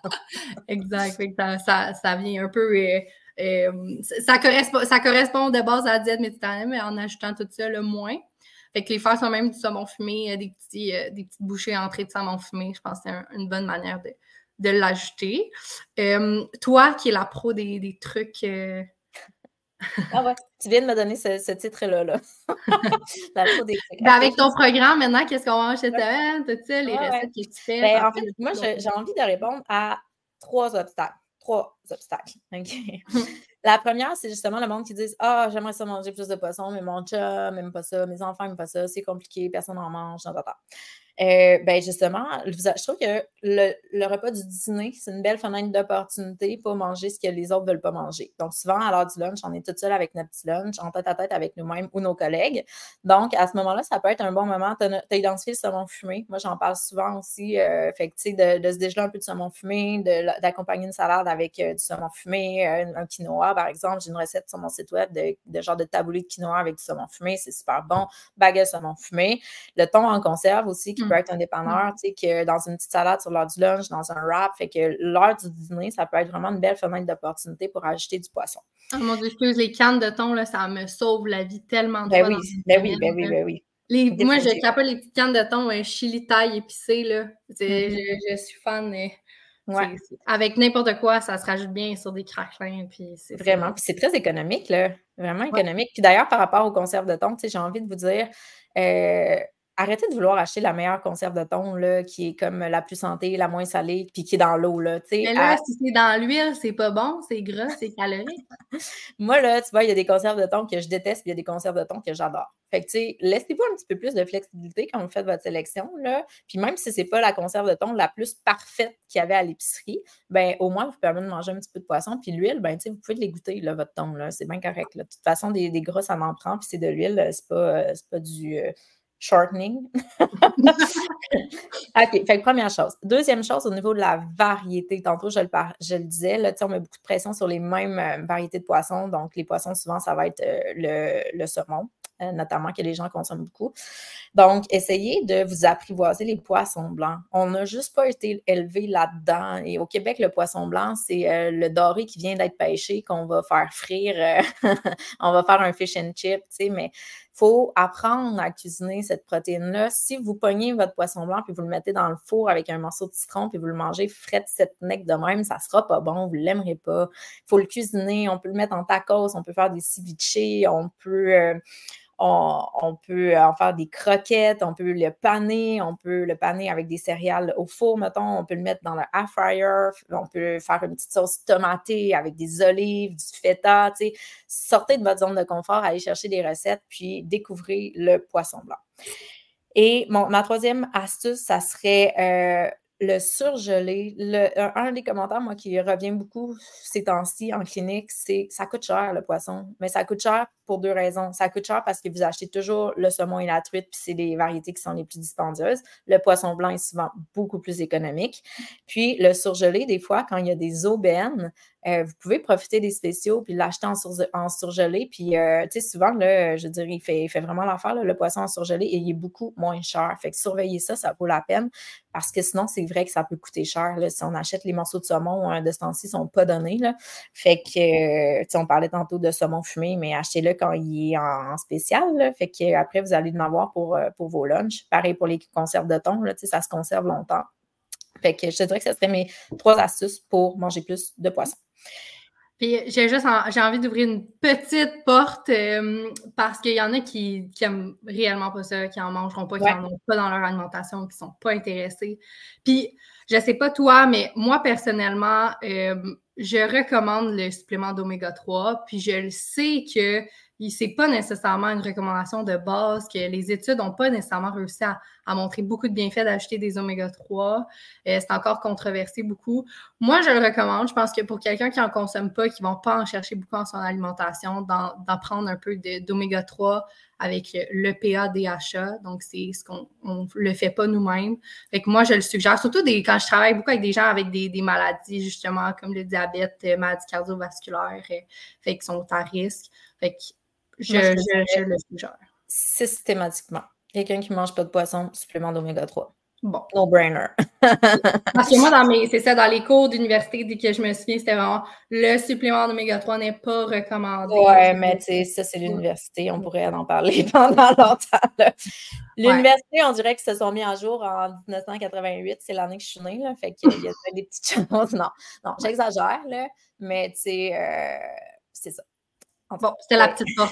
Exact. Fait que ça, ça, ça vient un peu. Euh, euh, ça, correspond, ça correspond de base à la diète méditerranéenne, mais en ajoutant tout ça, le moins. Fait que les faire sont même du saumon fumé, euh, des, petits, euh, des petites bouchées entrées de saumon fumé. Je pense que c'est un, une bonne manière de, de l'ajouter. Euh, toi, qui es la pro des, des trucs. Euh... Ah ouais, tu viens de me donner ce, ce titre-là. Là. La pro des trucs. Ben Okay, avec ton programme, maintenant, qu'est-ce qu'on mange cette semaine? Tout ça, les ouais, recettes ouais. que tu fais. Ben, en fait, moi, je, j'ai envie de répondre à trois obstacles. Trois obstacles. Okay. La première, c'est justement le monde qui dit ah, j'aimerais ça manger plus de poisson, mais mon chum n'aime pas ça, mes enfants n'aiment pas ça, c'est compliqué, personne n'en mange, tant, tant, tant. Euh, ben justement, je trouve que le, le repas du dîner, c'est une belle fenêtre d'opportunité pour manger ce que les autres ne veulent pas manger. Donc, souvent, à l'heure du lunch, on est toute seule avec notre petit lunch, en tête à tête avec nous-mêmes ou nos collègues. Donc, à ce moment-là, ça peut être un bon moment. Tu as identifié le saumon fumé. Moi, j'en parle souvent aussi. Euh, fait que, tu sais, de, de se dégeler un peu de saumon fumé, de, d'accompagner une salade avec euh, du saumon fumé, euh, un quinoa, par exemple. J'ai une recette sur mon site web de, de genre de taboulé de quinoa avec du saumon fumé. C'est super bon. Baguette saumon fumé. Le thon en conserve aussi, qui peut être un dépanneur, tu sais, que dans une petite salade sur l'heure du lunch, dans un wrap. Fait que l'heure du dîner, ça peut être vraiment une belle fenêtre d'opportunité pour ajouter du poisson. Oh mon Dieu, excuse, les cannes de thon, là, ça me sauve la vie tellement de ben fois oui, dans une ben semaine. oui, ben oui, ben oui. Les, moi, je capote les petites cannes de thon euh, chili thaï épicé, là. Mm-hmm. Je, je suis fan. Euh, ouais. c'est, c'est, avec n'importe quoi, ça se rajoute bien sur des craquelins. Puis c'est, vraiment, puis c'est très économique, là. Vraiment économique. Ouais. Puis d'ailleurs, par rapport aux conserves de thon, tu sais, j'ai envie de vous dire, euh, arrêtez de vouloir acheter la meilleure conserve de thon, là, qui est comme la plus santé, la moins salée, puis qui est dans l'eau, là, tu sais. Mais là, à... si c'est dans l'huile, c'est pas bon, c'est gras, c'est calorique. Moi, là, tu vois, il y a des conserves de thon que je déteste, puis il y a des conserves de thon que j'adore. Fait que, tu sais, laissez-vous un petit peu plus de flexibilité quand vous faites votre sélection, là. Puis même si c'est pas la conserve de thon la plus parfaite qu'il y avait à l'épicerie, ben au moins, vous permet de manger un petit peu de poisson. Puis l'huile, ben, tu sais, vous pouvez les goûter, là, votre thon, là. C'est bien correct, là. De toute façon, des, des gras, ça en prend, puis c'est de l'huile, c'est pas, c'est pas du... Euh, shortening. OK, fait que première chose. Deuxième chose, au niveau de la variété, tantôt, je le, par... je le disais, là, on met beaucoup de pression sur les mêmes euh, variétés de poissons. Donc, les poissons, souvent, ça va être euh, le, le saumon, euh, notamment que les gens consomment beaucoup. Donc, essayez de vous apprivoiser les poissons blancs. On n'a juste pas été élevé là-dedans. Et au Québec, le poisson blanc, c'est euh, le doré qui vient d'être pêché qu'on va faire frire. Euh, on va faire un fish and chip, tu sais, mais il faut apprendre à cuisiner cette protéine-là. Si vous pognez votre poisson blanc puis vous le mettez dans le four avec un morceau de citron puis vous le mangez frais de cette nec de même, ça ne sera pas bon, vous ne l'aimerez pas. Il faut le cuisiner, on peut le mettre en tacos, on peut faire des ceviches, on peut... Euh, On, on peut en faire des croquettes, on peut le paner, on peut le paner avec des céréales au four, mettons, on peut le mettre dans le air fryer, on peut faire une petite sauce tomatée avec des olives, du feta, tu sais. Sortez de votre zone de confort, allez chercher des recettes, puis découvrez le poisson blanc. Et mon, ma troisième astuce, ça serait euh, le surgelé. Le, un, un des commentaires, moi, qui revient beaucoup ces temps-ci en clinique, c'est ça coûte cher, le poisson. Mais ça coûte cher pour deux raisons. Ça coûte cher parce que vous achetez toujours le saumon et la truite, puis c'est les variétés qui sont les plus dispendieuses. Le poisson blanc est souvent beaucoup plus économique. Puis le surgelé, des fois, quand il y a des aubaines, euh, vous pouvez profiter des spéciaux puis l'acheter en, sur- en surgelé. Puis, euh, tu sais, souvent, là, je dirais, il fait, il fait vraiment l'affaire, là, le poisson en surgelé, et il est beaucoup moins cher. Fait que surveillez ça, ça vaut la peine, parce que sinon, c'est vrai que ça peut coûter cher, là, si on achète les morceaux de saumon hein, de ce temps-ci, ils ne sont pas donnés, là. Fait que, euh, tu sais, on parlait tantôt de saumon fumé, mais achetez-le quand il est en, en spécial, là. Fait que après, vous allez en avoir pour, euh, pour vos lunchs. Pareil pour les conserves de thon, là, tu sais, ça se conserve longtemps. Fait que je te dirais que ce serait mes trois astuces pour manger plus de poisson. Puis j'ai juste en, j'ai envie d'ouvrir une petite porte euh, parce qu'il y en a qui, qui aiment réellement pas ça, qui en mangeront pas, ouais. qui en ont pas dans leur alimentation, qui sont pas intéressés. Puis je sais pas toi, mais moi personnellement, euh, je recommande le supplément d'oméga trois, puis je le sais que c'est pas nécessairement une recommandation de base, que les études n'ont pas nécessairement réussi à, à montrer beaucoup de bienfaits d'ajouter des oméga trois. Euh, c'est encore controversé beaucoup. Moi, je le recommande. Je pense que pour quelqu'un qui n'en consomme pas, qui ne va pas en chercher beaucoup en son alimentation, d'en, d'en prendre un peu de, d'oméga trois avec l'E P A D H A. Donc, c'est ce qu'on ne le fait pas nous-mêmes. Fait que moi, je le suggère, surtout des, quand je travaille beaucoup avec des gens avec des, des maladies, justement, comme le diabète, euh, maladies cardiovasculaires, euh, fait qu'ils sont à risque. Fait que je, Moi, je, je, je le suggère. Systématiquement. Quelqu'un qui ne mange pas de poisson, supplément d'oméga trois. Bon. No-brainer. Parce que moi, dans mes, c'est ça, dans les cours d'université, dès que je me souviens, c'était vraiment le supplément d'oméga trois n'est pas recommandé. Ouais, mais tu sais, ça, c'est l'université. On pourrait en parler pendant longtemps. Là. L'université, ouais. On dirait qu'ils se sont mis à jour en dix-neuf cent quatre-vingt-huit. C'est l'année que je suis née. Là, fait qu'il y a des petites choses. Non, non, j'exagère, là, mais tu sais, euh, c'est ça. Bon, c'était la petite porte.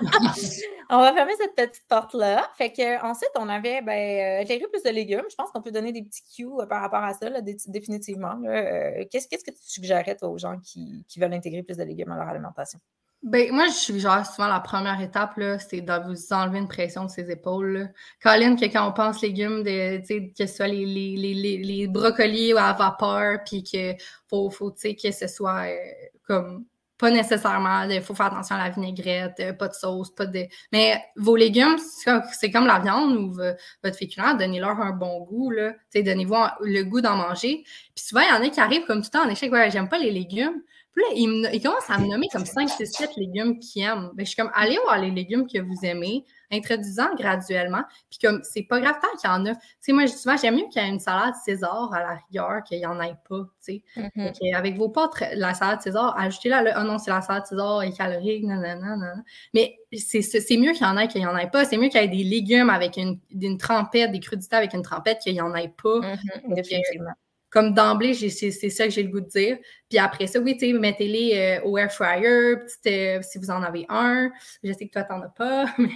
On va fermer cette petite porte-là. Fait que ensuite, on avait ben, intégrer plus de légumes. Je pense qu'on peut donner des petits cues par rapport à ça, là, définitivement. Là. Euh, qu'est-ce, qu'est-ce que tu suggérerais, toi, aux gens qui, qui veulent intégrer plus de légumes à leur alimentation? Ben, moi, je suggère souvent la première étape, là, c'est de vous enlever une pression de ses épaules. Là. Colin, que quand on pense légumes, de, que ce soit les, les, les, les, les brocolis à vapeur, puis qu'il faut, faut que ce soit euh, comme... Pas nécessairement, il faut faire attention à la vinaigrette, pas de sauce, pas de... Mais vos légumes, c'est comme la viande ou votre féculent, donnez-leur un bon goût, là. Donnez-vous le goût d'en manger. Puis souvent, il y en a qui arrivent comme tout le temps en échec, ouais, j'aime pas les légumes. Puis là, ils, me, ils commencent à me nommer comme cinq, six, sept légumes qu'ils aiment. Ben, je suis comme, allez voir les légumes que vous aimez, introduisant graduellement. Puis comme, c'est pas grave tant qu'il y en a. Tu sais, moi, souvent, j'aime mieux qu'il y ait une salade César à la rigueur qu'il n'y en ait pas, tu sais. Mm-hmm. Avec vos pâtes, la salade César, ajoutez-la, là, oh non, c'est la salade César, elle est calorique, nanana, nanana. Mais c'est, c'est mieux qu'il y en ait qu'il n'y en ait pas. C'est mieux qu'il y ait des légumes avec une, une trempette, des crudités avec une trempette qu'il n'y en ait pas. Mm-hmm. Définitivement. Comme d'emblée, j'ai, c'est, c'est ça que j'ai le goût de dire. Puis après ça, oui, tu sais, mettez-les euh, au air fryer, petite, euh, si vous en avez un. Je sais que toi, t'en as pas, mais,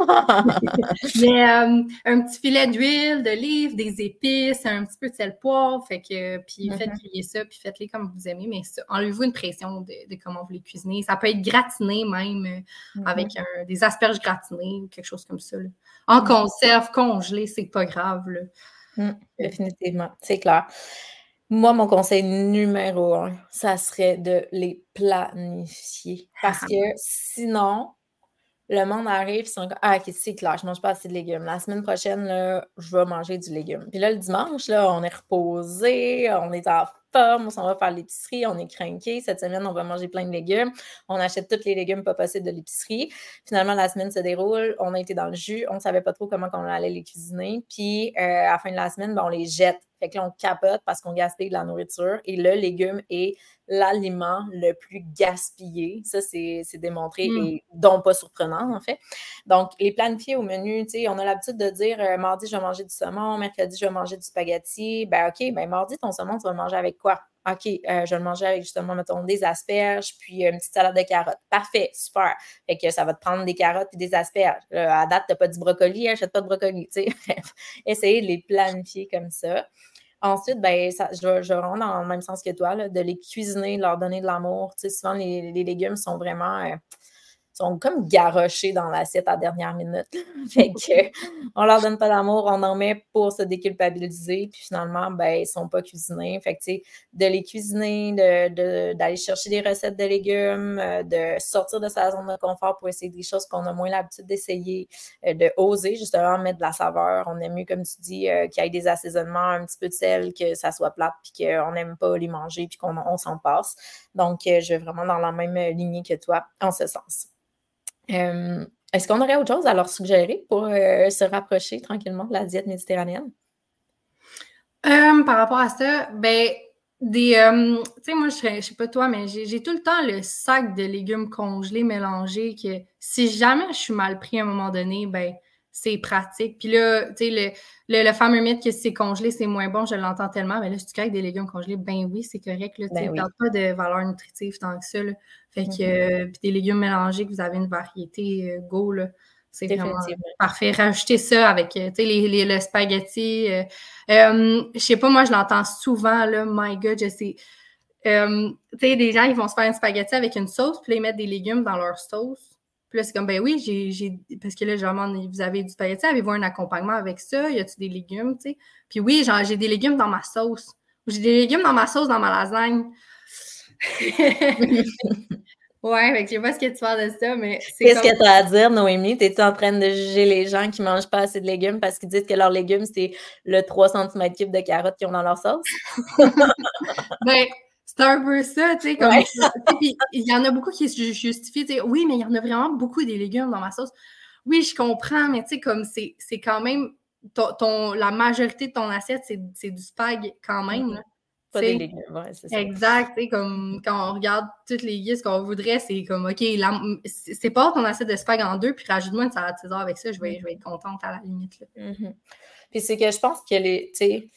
mais euh, un petit filet d'huile, d'olive, des épices, un petit peu de sel poivre. Fait que, puis mm-hmm. faites griller ça, puis faites-les comme vous aimez, mais ça, enlevez-vous une pression de, de comment vous les cuisinez. Ça peut être gratiné même, euh, mm-hmm. avec un, des asperges gratinées ou quelque chose comme ça. Là. En mm-hmm. conserve, congelé, c'est pas grave, là. Mmh, définitivement, c'est clair. Moi, mon conseil numéro un, ça serait de les planifier. Parce que sinon, le monde arrive, ils sont comme « Ah, okay, c'est clair, je mange pas assez de légumes. La semaine prochaine, là, je vais manger du légume. » Puis là, le dimanche, là, on est reposé, on est en forme, on s'en va faire l'épicerie, on est craqué. Cette semaine, on va manger plein de légumes. On achète tous les légumes pas possibles de l'épicerie. Finalement, la semaine se déroule, on a été dans le jus, on ne savait pas trop comment on allait les cuisiner. Puis, euh, à la fin de la semaine, ben, on les jette. Fait que là, on capote parce qu'on gaspille de la nourriture. Et le légume est l'aliment le plus gaspillé. Ça, c'est, c'est démontré mmh. et donc pas surprenant, en fait. Donc, les planifier au menu, tu sais, on a l'habitude de dire euh, mardi, je vais manger du saumon, mercredi, je vais manger du spaghetti. Ben, OK, ben mardi, ton saumon, tu vas le manger avec quoi? OK, euh, je vais le manger avec justement, mettons, des asperges, puis une petite salade de carottes. Parfait, super. Fait que ça va te prendre des carottes et des asperges. Euh, à date, tu n'as pas du brocoli, achète pas de brocoli, tu sais. Essayez de les planifier comme ça. Ensuite, ben, ça, je, je rentre dans le même sens que toi, là, de les cuisiner, de leur donner de l'amour. Tu sais, souvent, les, les légumes sont vraiment... Euh, sont comme garochés dans l'assiette à la dernière minute. Fait que on leur donne pas d'amour, on en met pour se déculpabiliser, puis finalement, ben, ils sont pas cuisinés. Fait que, tu sais, de les cuisiner, de, de, d'aller chercher des recettes de légumes, de sortir de sa zone de confort pour essayer des choses qu'on a moins l'habitude d'essayer, de oser justement mettre de la saveur. On aime mieux, comme tu dis, euh, qu'il y ait des assaisonnements, un petit peu de sel, que ça soit plate, puis qu'on n'aime pas les manger, puis qu'on on s'en passe. Donc, euh, je vais vraiment dans la même lignée que toi, en ce sens. Euh, est-ce qu'on aurait autre chose à leur suggérer pour euh, se rapprocher tranquillement de la diète méditerranéenne? Euh, par rapport à ça, ben, des, euh, tu sais, moi, je ne sais pas toi, mais j'ai, j'ai tout le temps le sac de légumes congelés mélangés que si jamais je suis mal pris à un moment donné, ben, c'est pratique. Puis là, tu sais, le, le, le fameux mythe que si c'est congelé, c'est moins bon, je l'entends tellement, mais là, si tu crées des légumes congelés, ben oui, c'est correct, là, tu ne perds pas de valeur nutritive tant que ça, là. Fait que, mm-hmm. euh, puis des légumes mélangés, que vous avez une variété euh, go, là, c'est vraiment parfait. Rajoutez ça avec, tu sais, les, les, le spaghetti. Euh, euh, je sais pas, moi, je l'entends souvent, là, my God, je sais... euh, tu sais, des gens, ils vont se faire un spaghetti avec une sauce, puis là, ils mettent des légumes dans leur sauce. Puis là, c'est comme, ben oui, j'ai, j'ai... parce que là, genre, vous avez du spaghetti, avez-vous un accompagnement avec ça? Y a-tu des légumes, tu sais? Puis oui, genre, j'ai des légumes dans ma sauce. J'ai des légumes dans ma sauce, dans ma lasagne. Ouais, fait que je sais pas ce que tu parles de ça, mais c'est Qu'est-ce comme... que tu as à dire, Noémie? T'es-tu en train de juger les gens qui mangent pas assez de légumes parce qu'ils disent que leurs légumes, c'est le trois centimètres cubes de carottes qu'ils ont dans leur sauce? Ben, c'est un peu ça, tu sais, comme... Ouais. Puis il y en a beaucoup qui se justifient, tu sais, oui, mais il y en a vraiment beaucoup des légumes dans ma sauce. Oui, je comprends, mais tu sais, comme c'est, c'est quand même... Ton, ton, la majorité de ton assiette, c'est, c'est du spag quand même, là. Pas T'sais, des légumes, ouais, c'est ça. exact, tu sais, comme quand on regarde toutes les guides, ce qu'on voudrait, c'est comme, OK, la, c'est pas ton assiette de spag en deux, puis rajoute-moi une salade César avec ça, je vais, je vais être contente à la limite. Là. Mm-hmm. Puis c'est que je pense que les, tu sais,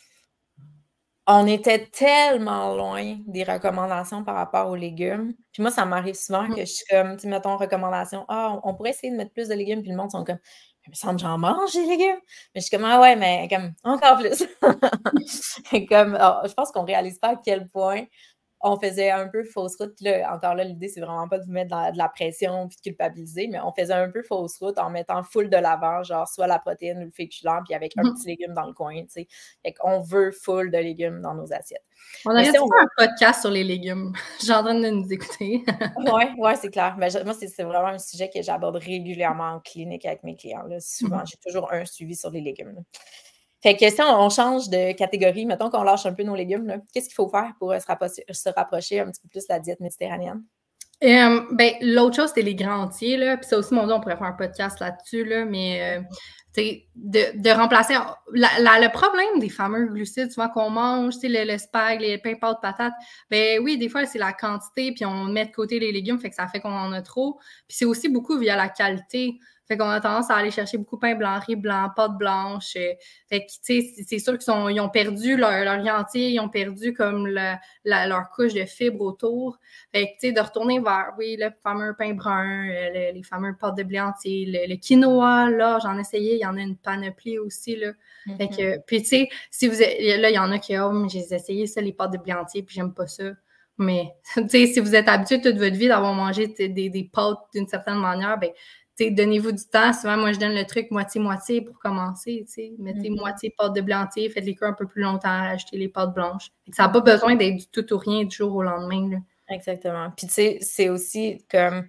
on était tellement loin des recommandations par rapport aux légumes. Puis moi, ça m'arrive souvent que je suis comme, tu sais, mettons, recommandation, ah, on pourrait essayer de mettre plus de légumes, puis le monde sont comme, il me semble que j'en mange des légumes. Mais je suis comme, ah ouais, mais comme, encore plus. comme, oh, je pense qu'on réalise pas à quel point on faisait un peu fausse route. Puis là, encore là, l'idée, c'est vraiment pas de vous mettre dans, de la pression puis de culpabiliser, mais on faisait un peu fausse route en mettant full de l'avant, genre soit la protéine ou le féculent, puis avec un petit légume dans le coin, tu sais. Fait qu'on veut full de légumes dans nos assiettes. On aurait dû faire un podcast sur les légumes. J'ai en train de nous écouter. Oui, ouais, c'est clair. Mais moi, c'est, c'est vraiment un sujet que j'aborde régulièrement en clinique avec mes clients. Là. Souvent, j'ai toujours un suivi sur les légumes. Là. Fait que si on, on change de catégorie, mettons qu'on lâche un peu nos légumes, là, qu'est-ce qu'il faut faire pour se rapprocher, se rapprocher un petit peu plus de la diète méditerranéenne? Euh, ben, l'autre chose, c'était les grands entiers. Là. Puis ça aussi, mon Dieu, on pourrait faire un podcast là-dessus. Là, mais euh, de, de remplacer... La, la, le problème des fameux glucides, souvent qu'on mange, le, le spag, les pains, pâtes, patates, ben oui, des fois, c'est la quantité, puis on met de côté les légumes, fait que ça fait qu'on en a trop. Puis c'est aussi beaucoup via la qualité. Fait qu'on a tendance à aller chercher beaucoup de pain blanc, riz blanc, pâte blanche. Euh, fait que, tu sais, c'est sûr qu'ils sont, ils ont perdu leur, leur entier, ils ont perdu comme le, la, leur couche de fibres autour. Fait que, tu sais, de retourner vers, oui, le fameux pain brun, euh, le, les fameux pâtes de blé entier, le, le quinoa, là, j'en ai essayé, il y en a une panoplie aussi, là. Mm-hmm. Fait que, puis, tu sais, si vous êtes, là, il y en a qui, oh, mais j'ai essayé ça, les pâtes de blé entier, puis j'aime pas ça. Mais, tu sais, si vous êtes habitué toute votre vie d'avoir mangé des, des pâtes d'une certaine manière, ben donnez-vous du temps. Souvent, moi, je donne le truc moitié-moitié pour commencer. T'sais. Mettez mm-hmm. moitié pâte de blé entier, faites les cuire un peu plus longtemps, ajoutez les pâtes blanches. Ça n'a pas besoin d'être du tout ou rien du jour au lendemain. Là. Exactement. Puis, tu sais, c'est aussi comme...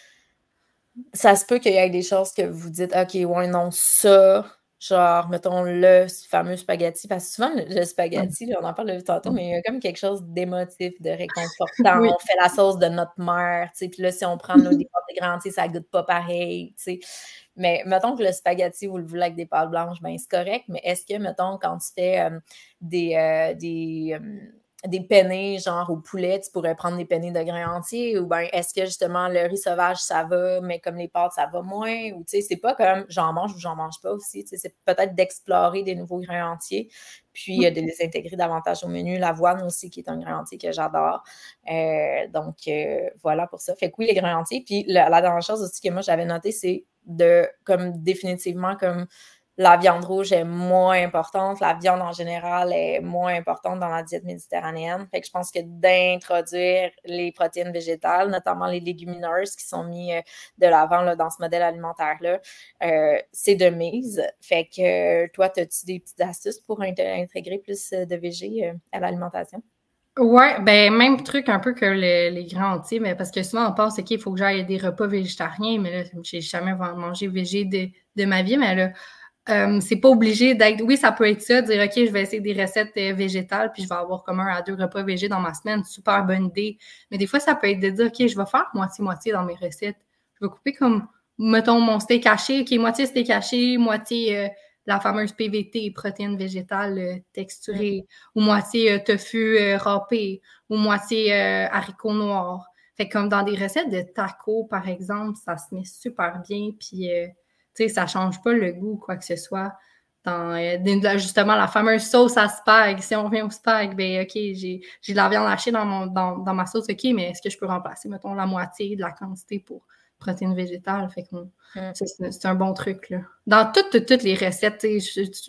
Ça se peut qu'il y ait des choses que vous dites, OK, ouais, non, ça... Genre, mettons, le fameux spaghetti. Parce que souvent, le, le spaghetti, là, on en parle depuis tantôt, mais il y a comme quelque chose d'émotif, de réconfortant. Oui. On fait la sauce de notre mère, tu sais. Puis là, si on prend nos, des pâtes de grands, ça goûte pas pareil, tu sais. Mais mettons que le spaghetti, vous le voulez avec des pâtes blanches, bien, c'est correct. Mais est-ce que, mettons, quand tu fais euh, des... Euh, des euh, des penne genre au poulet, tu pourrais prendre des penne de grains entiers, ou bien est-ce que justement le riz sauvage ça va, mais comme les pâtes ça va moins, ou tu sais, c'est pas comme j'en mange ou j'en mange pas aussi, tu sais, c'est peut-être d'explorer des nouveaux grains entiers, puis euh, de les intégrer davantage au menu. L'avoine aussi qui est un grain entier que j'adore, euh, donc euh, voilà pour ça. Fait que oui, les grains entiers, puis la, la dernière chose aussi que moi j'avais noté, c'est de comme définitivement comme la viande rouge est moins importante. La viande, en général, est moins importante dans la diète méditerranéenne. Fait que je pense que d'introduire les protéines végétales, notamment les légumineuses qui sont mis euh, de l'avant là, dans ce modèle alimentaire-là, euh, c'est de mise. Fait que euh, toi, as-tu des petites astuces pour intégrer plus de végé euh, à l'alimentation? Ouais, ben même truc un peu que le, les grands entiers, mais parce que souvent on pense qu'il faut que j'aille des repas végétariens, mais là, j'ai jamais mangé végé de, de ma vie, mais là, Euh, c'est pas obligé d'être... Oui, ça peut être ça, dire « OK, je vais essayer des recettes euh, végétales, puis je vais avoir comme un à deux repas végés dans ma semaine. » Super bonne idée. Mais des fois, ça peut être de dire « OK, je vais faire moitié-moitié dans mes recettes. Je vais couper comme, mettons, mon steak haché. OK, moitié steak haché, moitié euh, la fameuse P V T, protéines végétales euh, texturées, mm. ou moitié euh, tofu euh, râpé, ou moitié euh, haricots noirs. » Fait que comme dans des recettes de tacos, par exemple, ça se met super bien, puis... Euh, tu sais, ça change pas le goût, quoi que ce soit. Dans, euh, justement, la fameuse sauce à spag, si on revient au spag, ben OK, j'ai, j'ai de la viande hachée dans, mon, dans, dans ma sauce, OK, mais est-ce que je peux remplacer, mettons, la moitié de la quantité pour protéines végétales? Fait que mm. c'est, c'est un bon truc, là. Dans toutes, toutes, toutes les recettes, tu sais,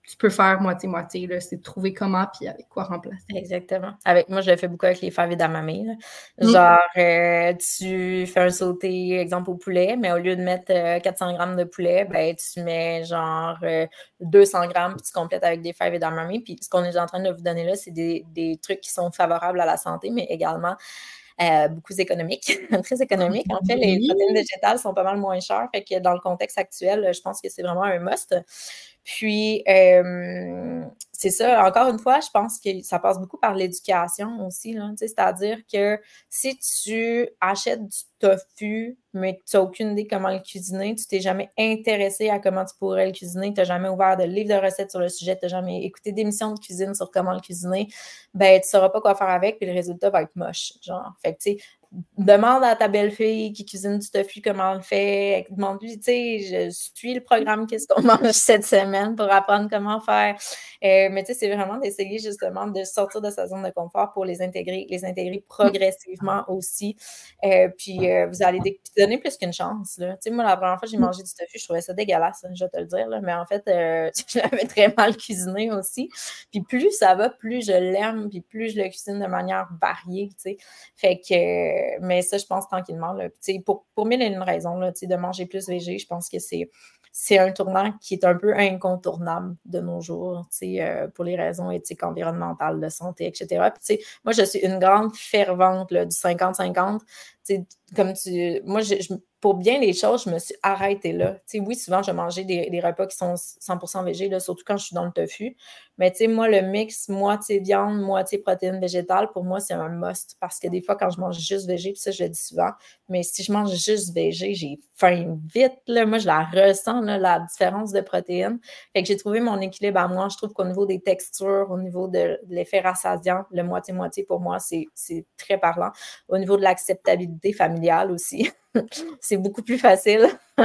tu peux faire moitié-moitié, là. C'est de trouver comment puis avec quoi remplacer. Exactement. Avec moi, je le fais beaucoup avec les fèves d'amamé, là. Mmh. Genre, euh, tu fais un sauté, exemple, au poulet, mais au lieu de mettre euh, quatre cents grammes de poulet, ben, tu mets genre euh, deux cents grammes puis tu complètes avec des fèves d'amamé. Puis ce qu'on est en train de vous donner là, c'est des, des trucs qui sont favorables à la santé, mais également euh, beaucoup économiques, très économiques. En fait, les Oui. protéines végétales sont pas mal moins chères, fait que dans le contexte actuel, je pense que c'est vraiment un must. Puis, euh, c'est ça, encore une fois, je pense que ça passe beaucoup par l'éducation aussi, là, c'est-à-dire que si tu achètes du tofu, mais que tu n'as aucune idée comment le cuisiner, tu t'es jamais intéressé à comment tu pourrais le cuisiner, tu n'as jamais ouvert de livre de recettes sur le sujet, tu n'as jamais écouté d'émissions de cuisine sur comment le cuisiner, ben tu ne sauras pas quoi faire avec, puis le résultat va être moche, genre. Fait que, tu sais, demande à ta belle-fille qui cuisine du tofu comment on le fait. Demande-lui, tu sais, je suis le programme Qu'est-ce qu'on mange cette semaine pour apprendre comment faire. Euh, mais tu sais, c'est vraiment d'essayer justement de sortir de sa zone de confort pour les intégrer, les intégrer progressivement aussi. Euh, puis euh, vous allez dé- donner plus qu'une chance. Tu sais, moi, la première fois que j'ai mangé du tofu, je trouvais ça dégueulasse, hein, je vais te le dire. Là, mais en fait, euh, je l'avais très mal cuisiné aussi. Puis plus ça va, plus je l'aime, puis plus je le cuisine de manière variée, tu sais. Fait que mais ça, je pense tranquillement, là, pour, pour mille et une raisons, là, de manger plus végé, je pense que c'est, c'est un tournant qui est un peu incontournable de nos jours, euh, pour les raisons éthiques, environnementales, de santé, et cetera. Puis, moi, je suis une grande fervente là, du cinquante cinquante. Comme tu, moi, je, je, pour bien les choses, je me suis arrêtée là. T'sais, oui, souvent, je mangeais des, des repas qui sont cent pour cent végé, là, surtout quand je suis dans le tofu. Mais tu sais, moi, le mix moitié viande, moitié protéines végétales, pour moi, c'est un must. Parce que des fois, quand je mange juste végé, puis ça, je le dis souvent, mais si je mange juste végé, j'ai faim vite. Là. Moi, je la ressens, là, la différence de protéines. Fait que j'ai trouvé mon équilibre à moi. Je trouve qu'au niveau des textures, au niveau de, de l'effet rassasiant, le moitié-moitié, pour moi, c'est, c'est très parlant. Au niveau de l'acceptabilité familiale aussi, c'est beaucoup plus facile.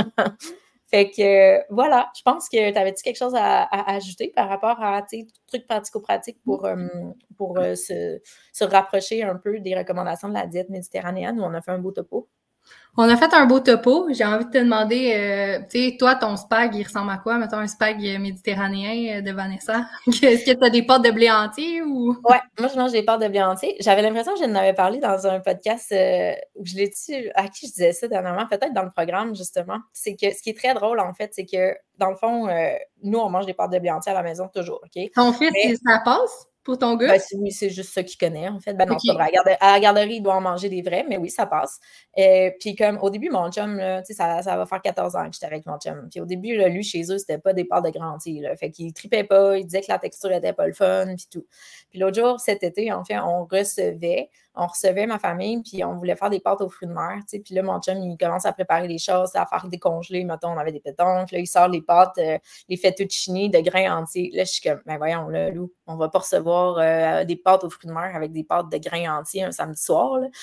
Fait que, euh, voilà, je pense que tu avais-tu quelque chose à, à ajouter par rapport à tes trucs pratico-pratiques pour, euh, pour euh, se, se rapprocher un peu des recommandations de la diète méditerranéenne où on a fait un beau topo? On a fait un beau topo. J'ai envie de te demander, euh, tu sais, toi, ton spag, il ressemble à quoi? Mettons un spag méditerranéen de Vanessa. Est-ce que tu as des pâtes de blé entier ou? Ouais, moi, je mange des pâtes de blé entier. J'avais l'impression que je n'avais parlé dans un podcast euh, où je l'ai dit, à qui je disais ça dernièrement, peut-être dans le programme, justement. C'est que ce qui est très drôle, en fait, c'est que, dans le fond, euh, nous, on mange des pâtes de blé entier à la maison toujours, OK? Ton fils, Mais, ça passe pour ton gars? ben, c'est, oui, c'est juste ça qu'il connaît, en fait. Ben non, OK. c'est pas vrai. À la, garde- à la garderie, il doit en manger des vrais, mais oui, ça passe. Euh, puis comme au début, mon chum, là, tu sais, ça, ça va faire quatorze ans que j'étais avec mon chum. Puis au début, là, lui, chez eux, c'était pas des pâtes de grand entier, là. Fait qu'il tripait pas, il disait que la texture était pas le fun, puis tout. Puis l'autre jour, cet été, en fait, on recevait, on recevait ma famille, puis on voulait faire des pâtes aux fruits de mer, tu sais. Puis là, mon chum, il commence à préparer les choses, à faire des congelés, mettons, on avait des pétanques. Là, il sort les pâtes, euh, les fettuccini de grains entiers. Là, je suis comme, ben voyons, là, Lou, on va pas recevoir euh, des pâtes aux fruits de mer avec des pâtes de grains entiers un samedi soir, là.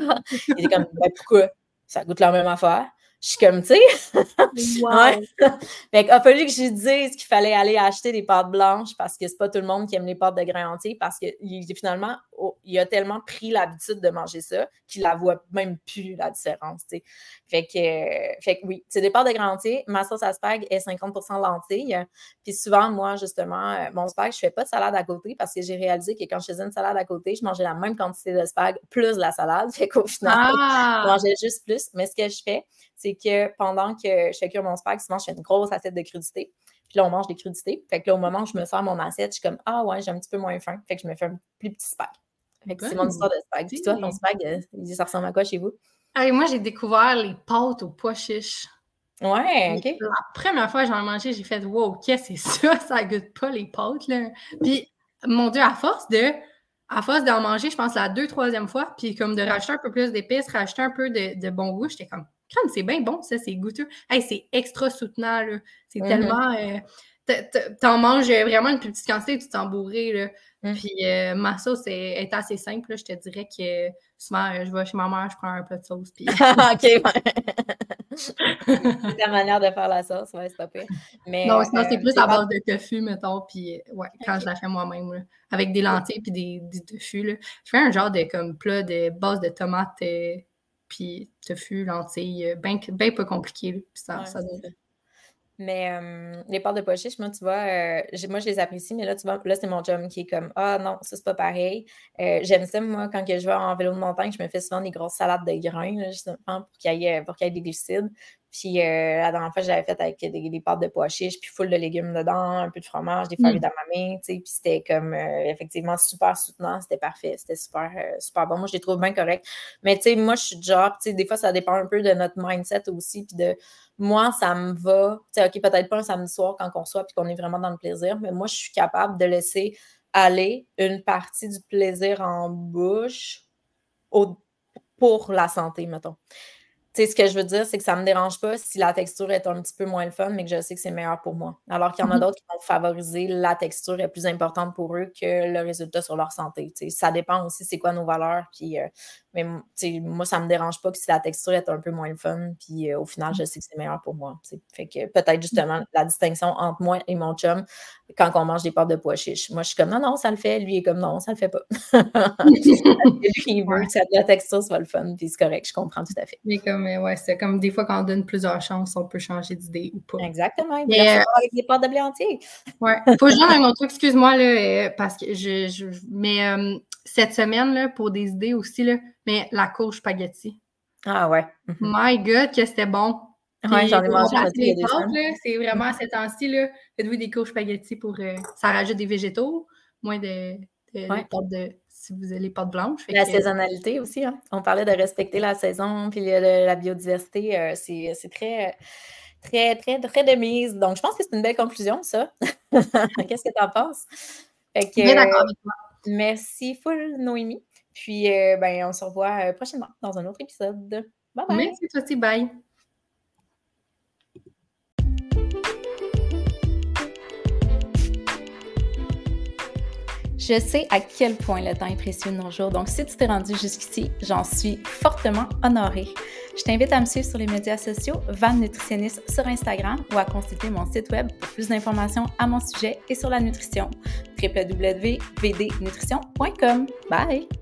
Il était comme, ben pourquoi? Ça goûte la même affaire. Je suis comme, tu sais. Wow. Ouais. Fait qu'il a fallu que je lui dise qu'il fallait aller acheter des pâtes blanches parce que c'est pas tout le monde qui aime les pâtes de grains entiers parce que il, finalement, oh, il a tellement pris l'habitude de manger ça qu'il la voit même plus, la différence, tu sais. Fait que, euh, fait que oui, c'est des pâtes de grains entiers. Ma sauce à spag est cinquante pour cent lentilles. Puis souvent, moi, justement, euh, mon spag, je fais pas de salade à côté parce que j'ai réalisé que quand je faisais une salade à côté, je mangeais la même quantité de spag plus la salade. Fait qu'au final, Ah! je mangeais juste plus. Mais ce que je fais, c'est que pendant que je fais cuire mon spag, souvent, je fais une grosse assiette de crudités. Puis là, on mange des crudités. Fait que là, au moment où je me sers mon assiette, je suis comme, ah ouais, j'ai un petit peu moins faim. Fait que je me fais un plus petit spag. Fait que c'est mon histoire de spag. Puis toi, ton spag, euh, ça ressemble à quoi chez vous? Hey, moi, j'ai découvert les pâtes aux pois chiches. Ouais, OK. La première fois que j'en ai mangé, j'ai fait « Wow, qu'est-ce que c'est ça? Ça goûte pas les pâtes, là. » Puis, mon Dieu, à force de... À force d'en manger, je pense, la deux, troisième fois, puis comme de rajouter un peu plus d'épices, rajouter un peu de, de bon goût, j'étais comme « Crème, c'est bien bon, ça, c'est goûteux. » Hey, c'est extra soutenant, là. C'est mm-hmm. tellement... Euh, t'en manges vraiment une plus petite quantité, tu t'en bourrais, là. Mm. Puis euh, ma sauce est, est assez simple, là. Je te dirais que souvent, euh, je vais chez ma mère, je prends un plat de sauce, puis... OK, ouais. C'est ta manière de faire la sauce, ouais, c'est pas pire. Mais, non, sinon, c'est euh, plus c'est à pas... base de tofu, mettons, puis ouais, quand okay. je la fais moi-même, là, avec des lentilles puis des, des tofu, là. Je fais un genre de comme plat de base de tomates euh, puis tofu, lentilles, bien ben pas compliqué, là, puis ça, ouais, ça donne... Mais hem, les pâtes de pois chiches, moi, tu vois, heu, j'ai moi, je les apprécie, mais là, tu vois, là, c'est mon chum qui est comme: «Ah non, ça, c'est pas pareil». Heu, j'aime ça, moi, quand que je vais en vélo de montagne, je me fais souvent des grosses salades de grains, là, justement pour qu'il y ait, pour qu'il y ait des glucides. Puis, heu, la dernière fois, je l'avais fait avec des des pâtes de pois chiches, puis full de légumes dedans, un peu de fromage, des feuilles Mmh. d'amamé, tu sais, puis c'était comme, heu, effectivement super soutenant, c'était parfait, c'était super, heu, super bon. Moi, je les trouve bien corrects. Mais tu sais, moi, je suis du genre, tu sais, des fois, ça dépend un peu de notre mindset aussi, puis de moi, ça me va. Tu sais, OK, peut-être pas un samedi soir quand on reçoit puis qu'on est vraiment dans le plaisir, mais moi, je suis capable de laisser aller une partie du plaisir en bouche au pour la santé, mettons. Tu sais, ce que je veux dire, c'est que ça me dérange pas si la texture est un petit peu moins le fun, mais que je sais que c'est meilleur pour moi. Alors qu'il y en a Mmh. d'autres qui vont favoriser la texture est plus importante pour eux que le résultat sur leur santé, tu sais. Ça dépend aussi c'est quoi nos valeurs, puis, heu, mais m tu sais, moi, ça me dérange pas que si la texture est un peu moins le fun, puis, heu, au final, je sais que c'est meilleur pour moi, tu sais. Fait que peut-être justement la distinction entre moi et mon chum quand on mange des pâtes de pois chiches. Moi, je suis comme: «Non, non, ça le fait». Lui, il est comme: «Non, ça le fait pas». Parce que lui, il veut Ouais, que ça la texture soit le fun, puis c'est correct, je comprends tout à fait. mais comme, heu, ouais, c'est comme des fois quand on donne plusieurs chances, on peut changer d'idée ou pas. Exactement, il voulait Mais, heu, recevoir avec des pâtes de blé entier. ouais, faut que je donne un autre truc, excuse-moi là, heu, parce que je je mais, hem, cette semaine là, pour des idées aussi là, mais la courge spaghetti. Ah ouais. Mmh. My God, que c'était bon! Ouais, Puis j'en ai pour mangé moi remplacer aussi il y a les deux pâtes semaines. là, c'est Mmh. vraiment ces temps-ci là, faites-vous des courges spaghetti pour, heu, ça rajoute des végétaux, moins de de de Ouais. pâtes de si vous avez les pâtes blanches, fait La que saisonnalité aussi, hein. On parlait de respecter la saison puis le le la biodiversité, heu, c'est c'est très, très, très, très de mise. Donc je pense que c'est une belle conclusion ça. Qu'est-ce que tu en penses? Fait bien que d'accord avec toi. merci full Noémie, puis, heu, ben, on se revoit, heu, prochainement dans un autre épisode. Bye bye. Merci toi aussi, bye. Je sais à quel point le temps est précieux de nos jours, donc si tu t'es rendu jusqu'ici, j'en suis fortement honorée. Je t'invite à me suivre sur les médias sociaux Van Nutritionniste sur Instagram ou à consulter mon site web pour plus d'informations à mon sujet et sur la nutrition w w w point v d nutrition point com. Bye!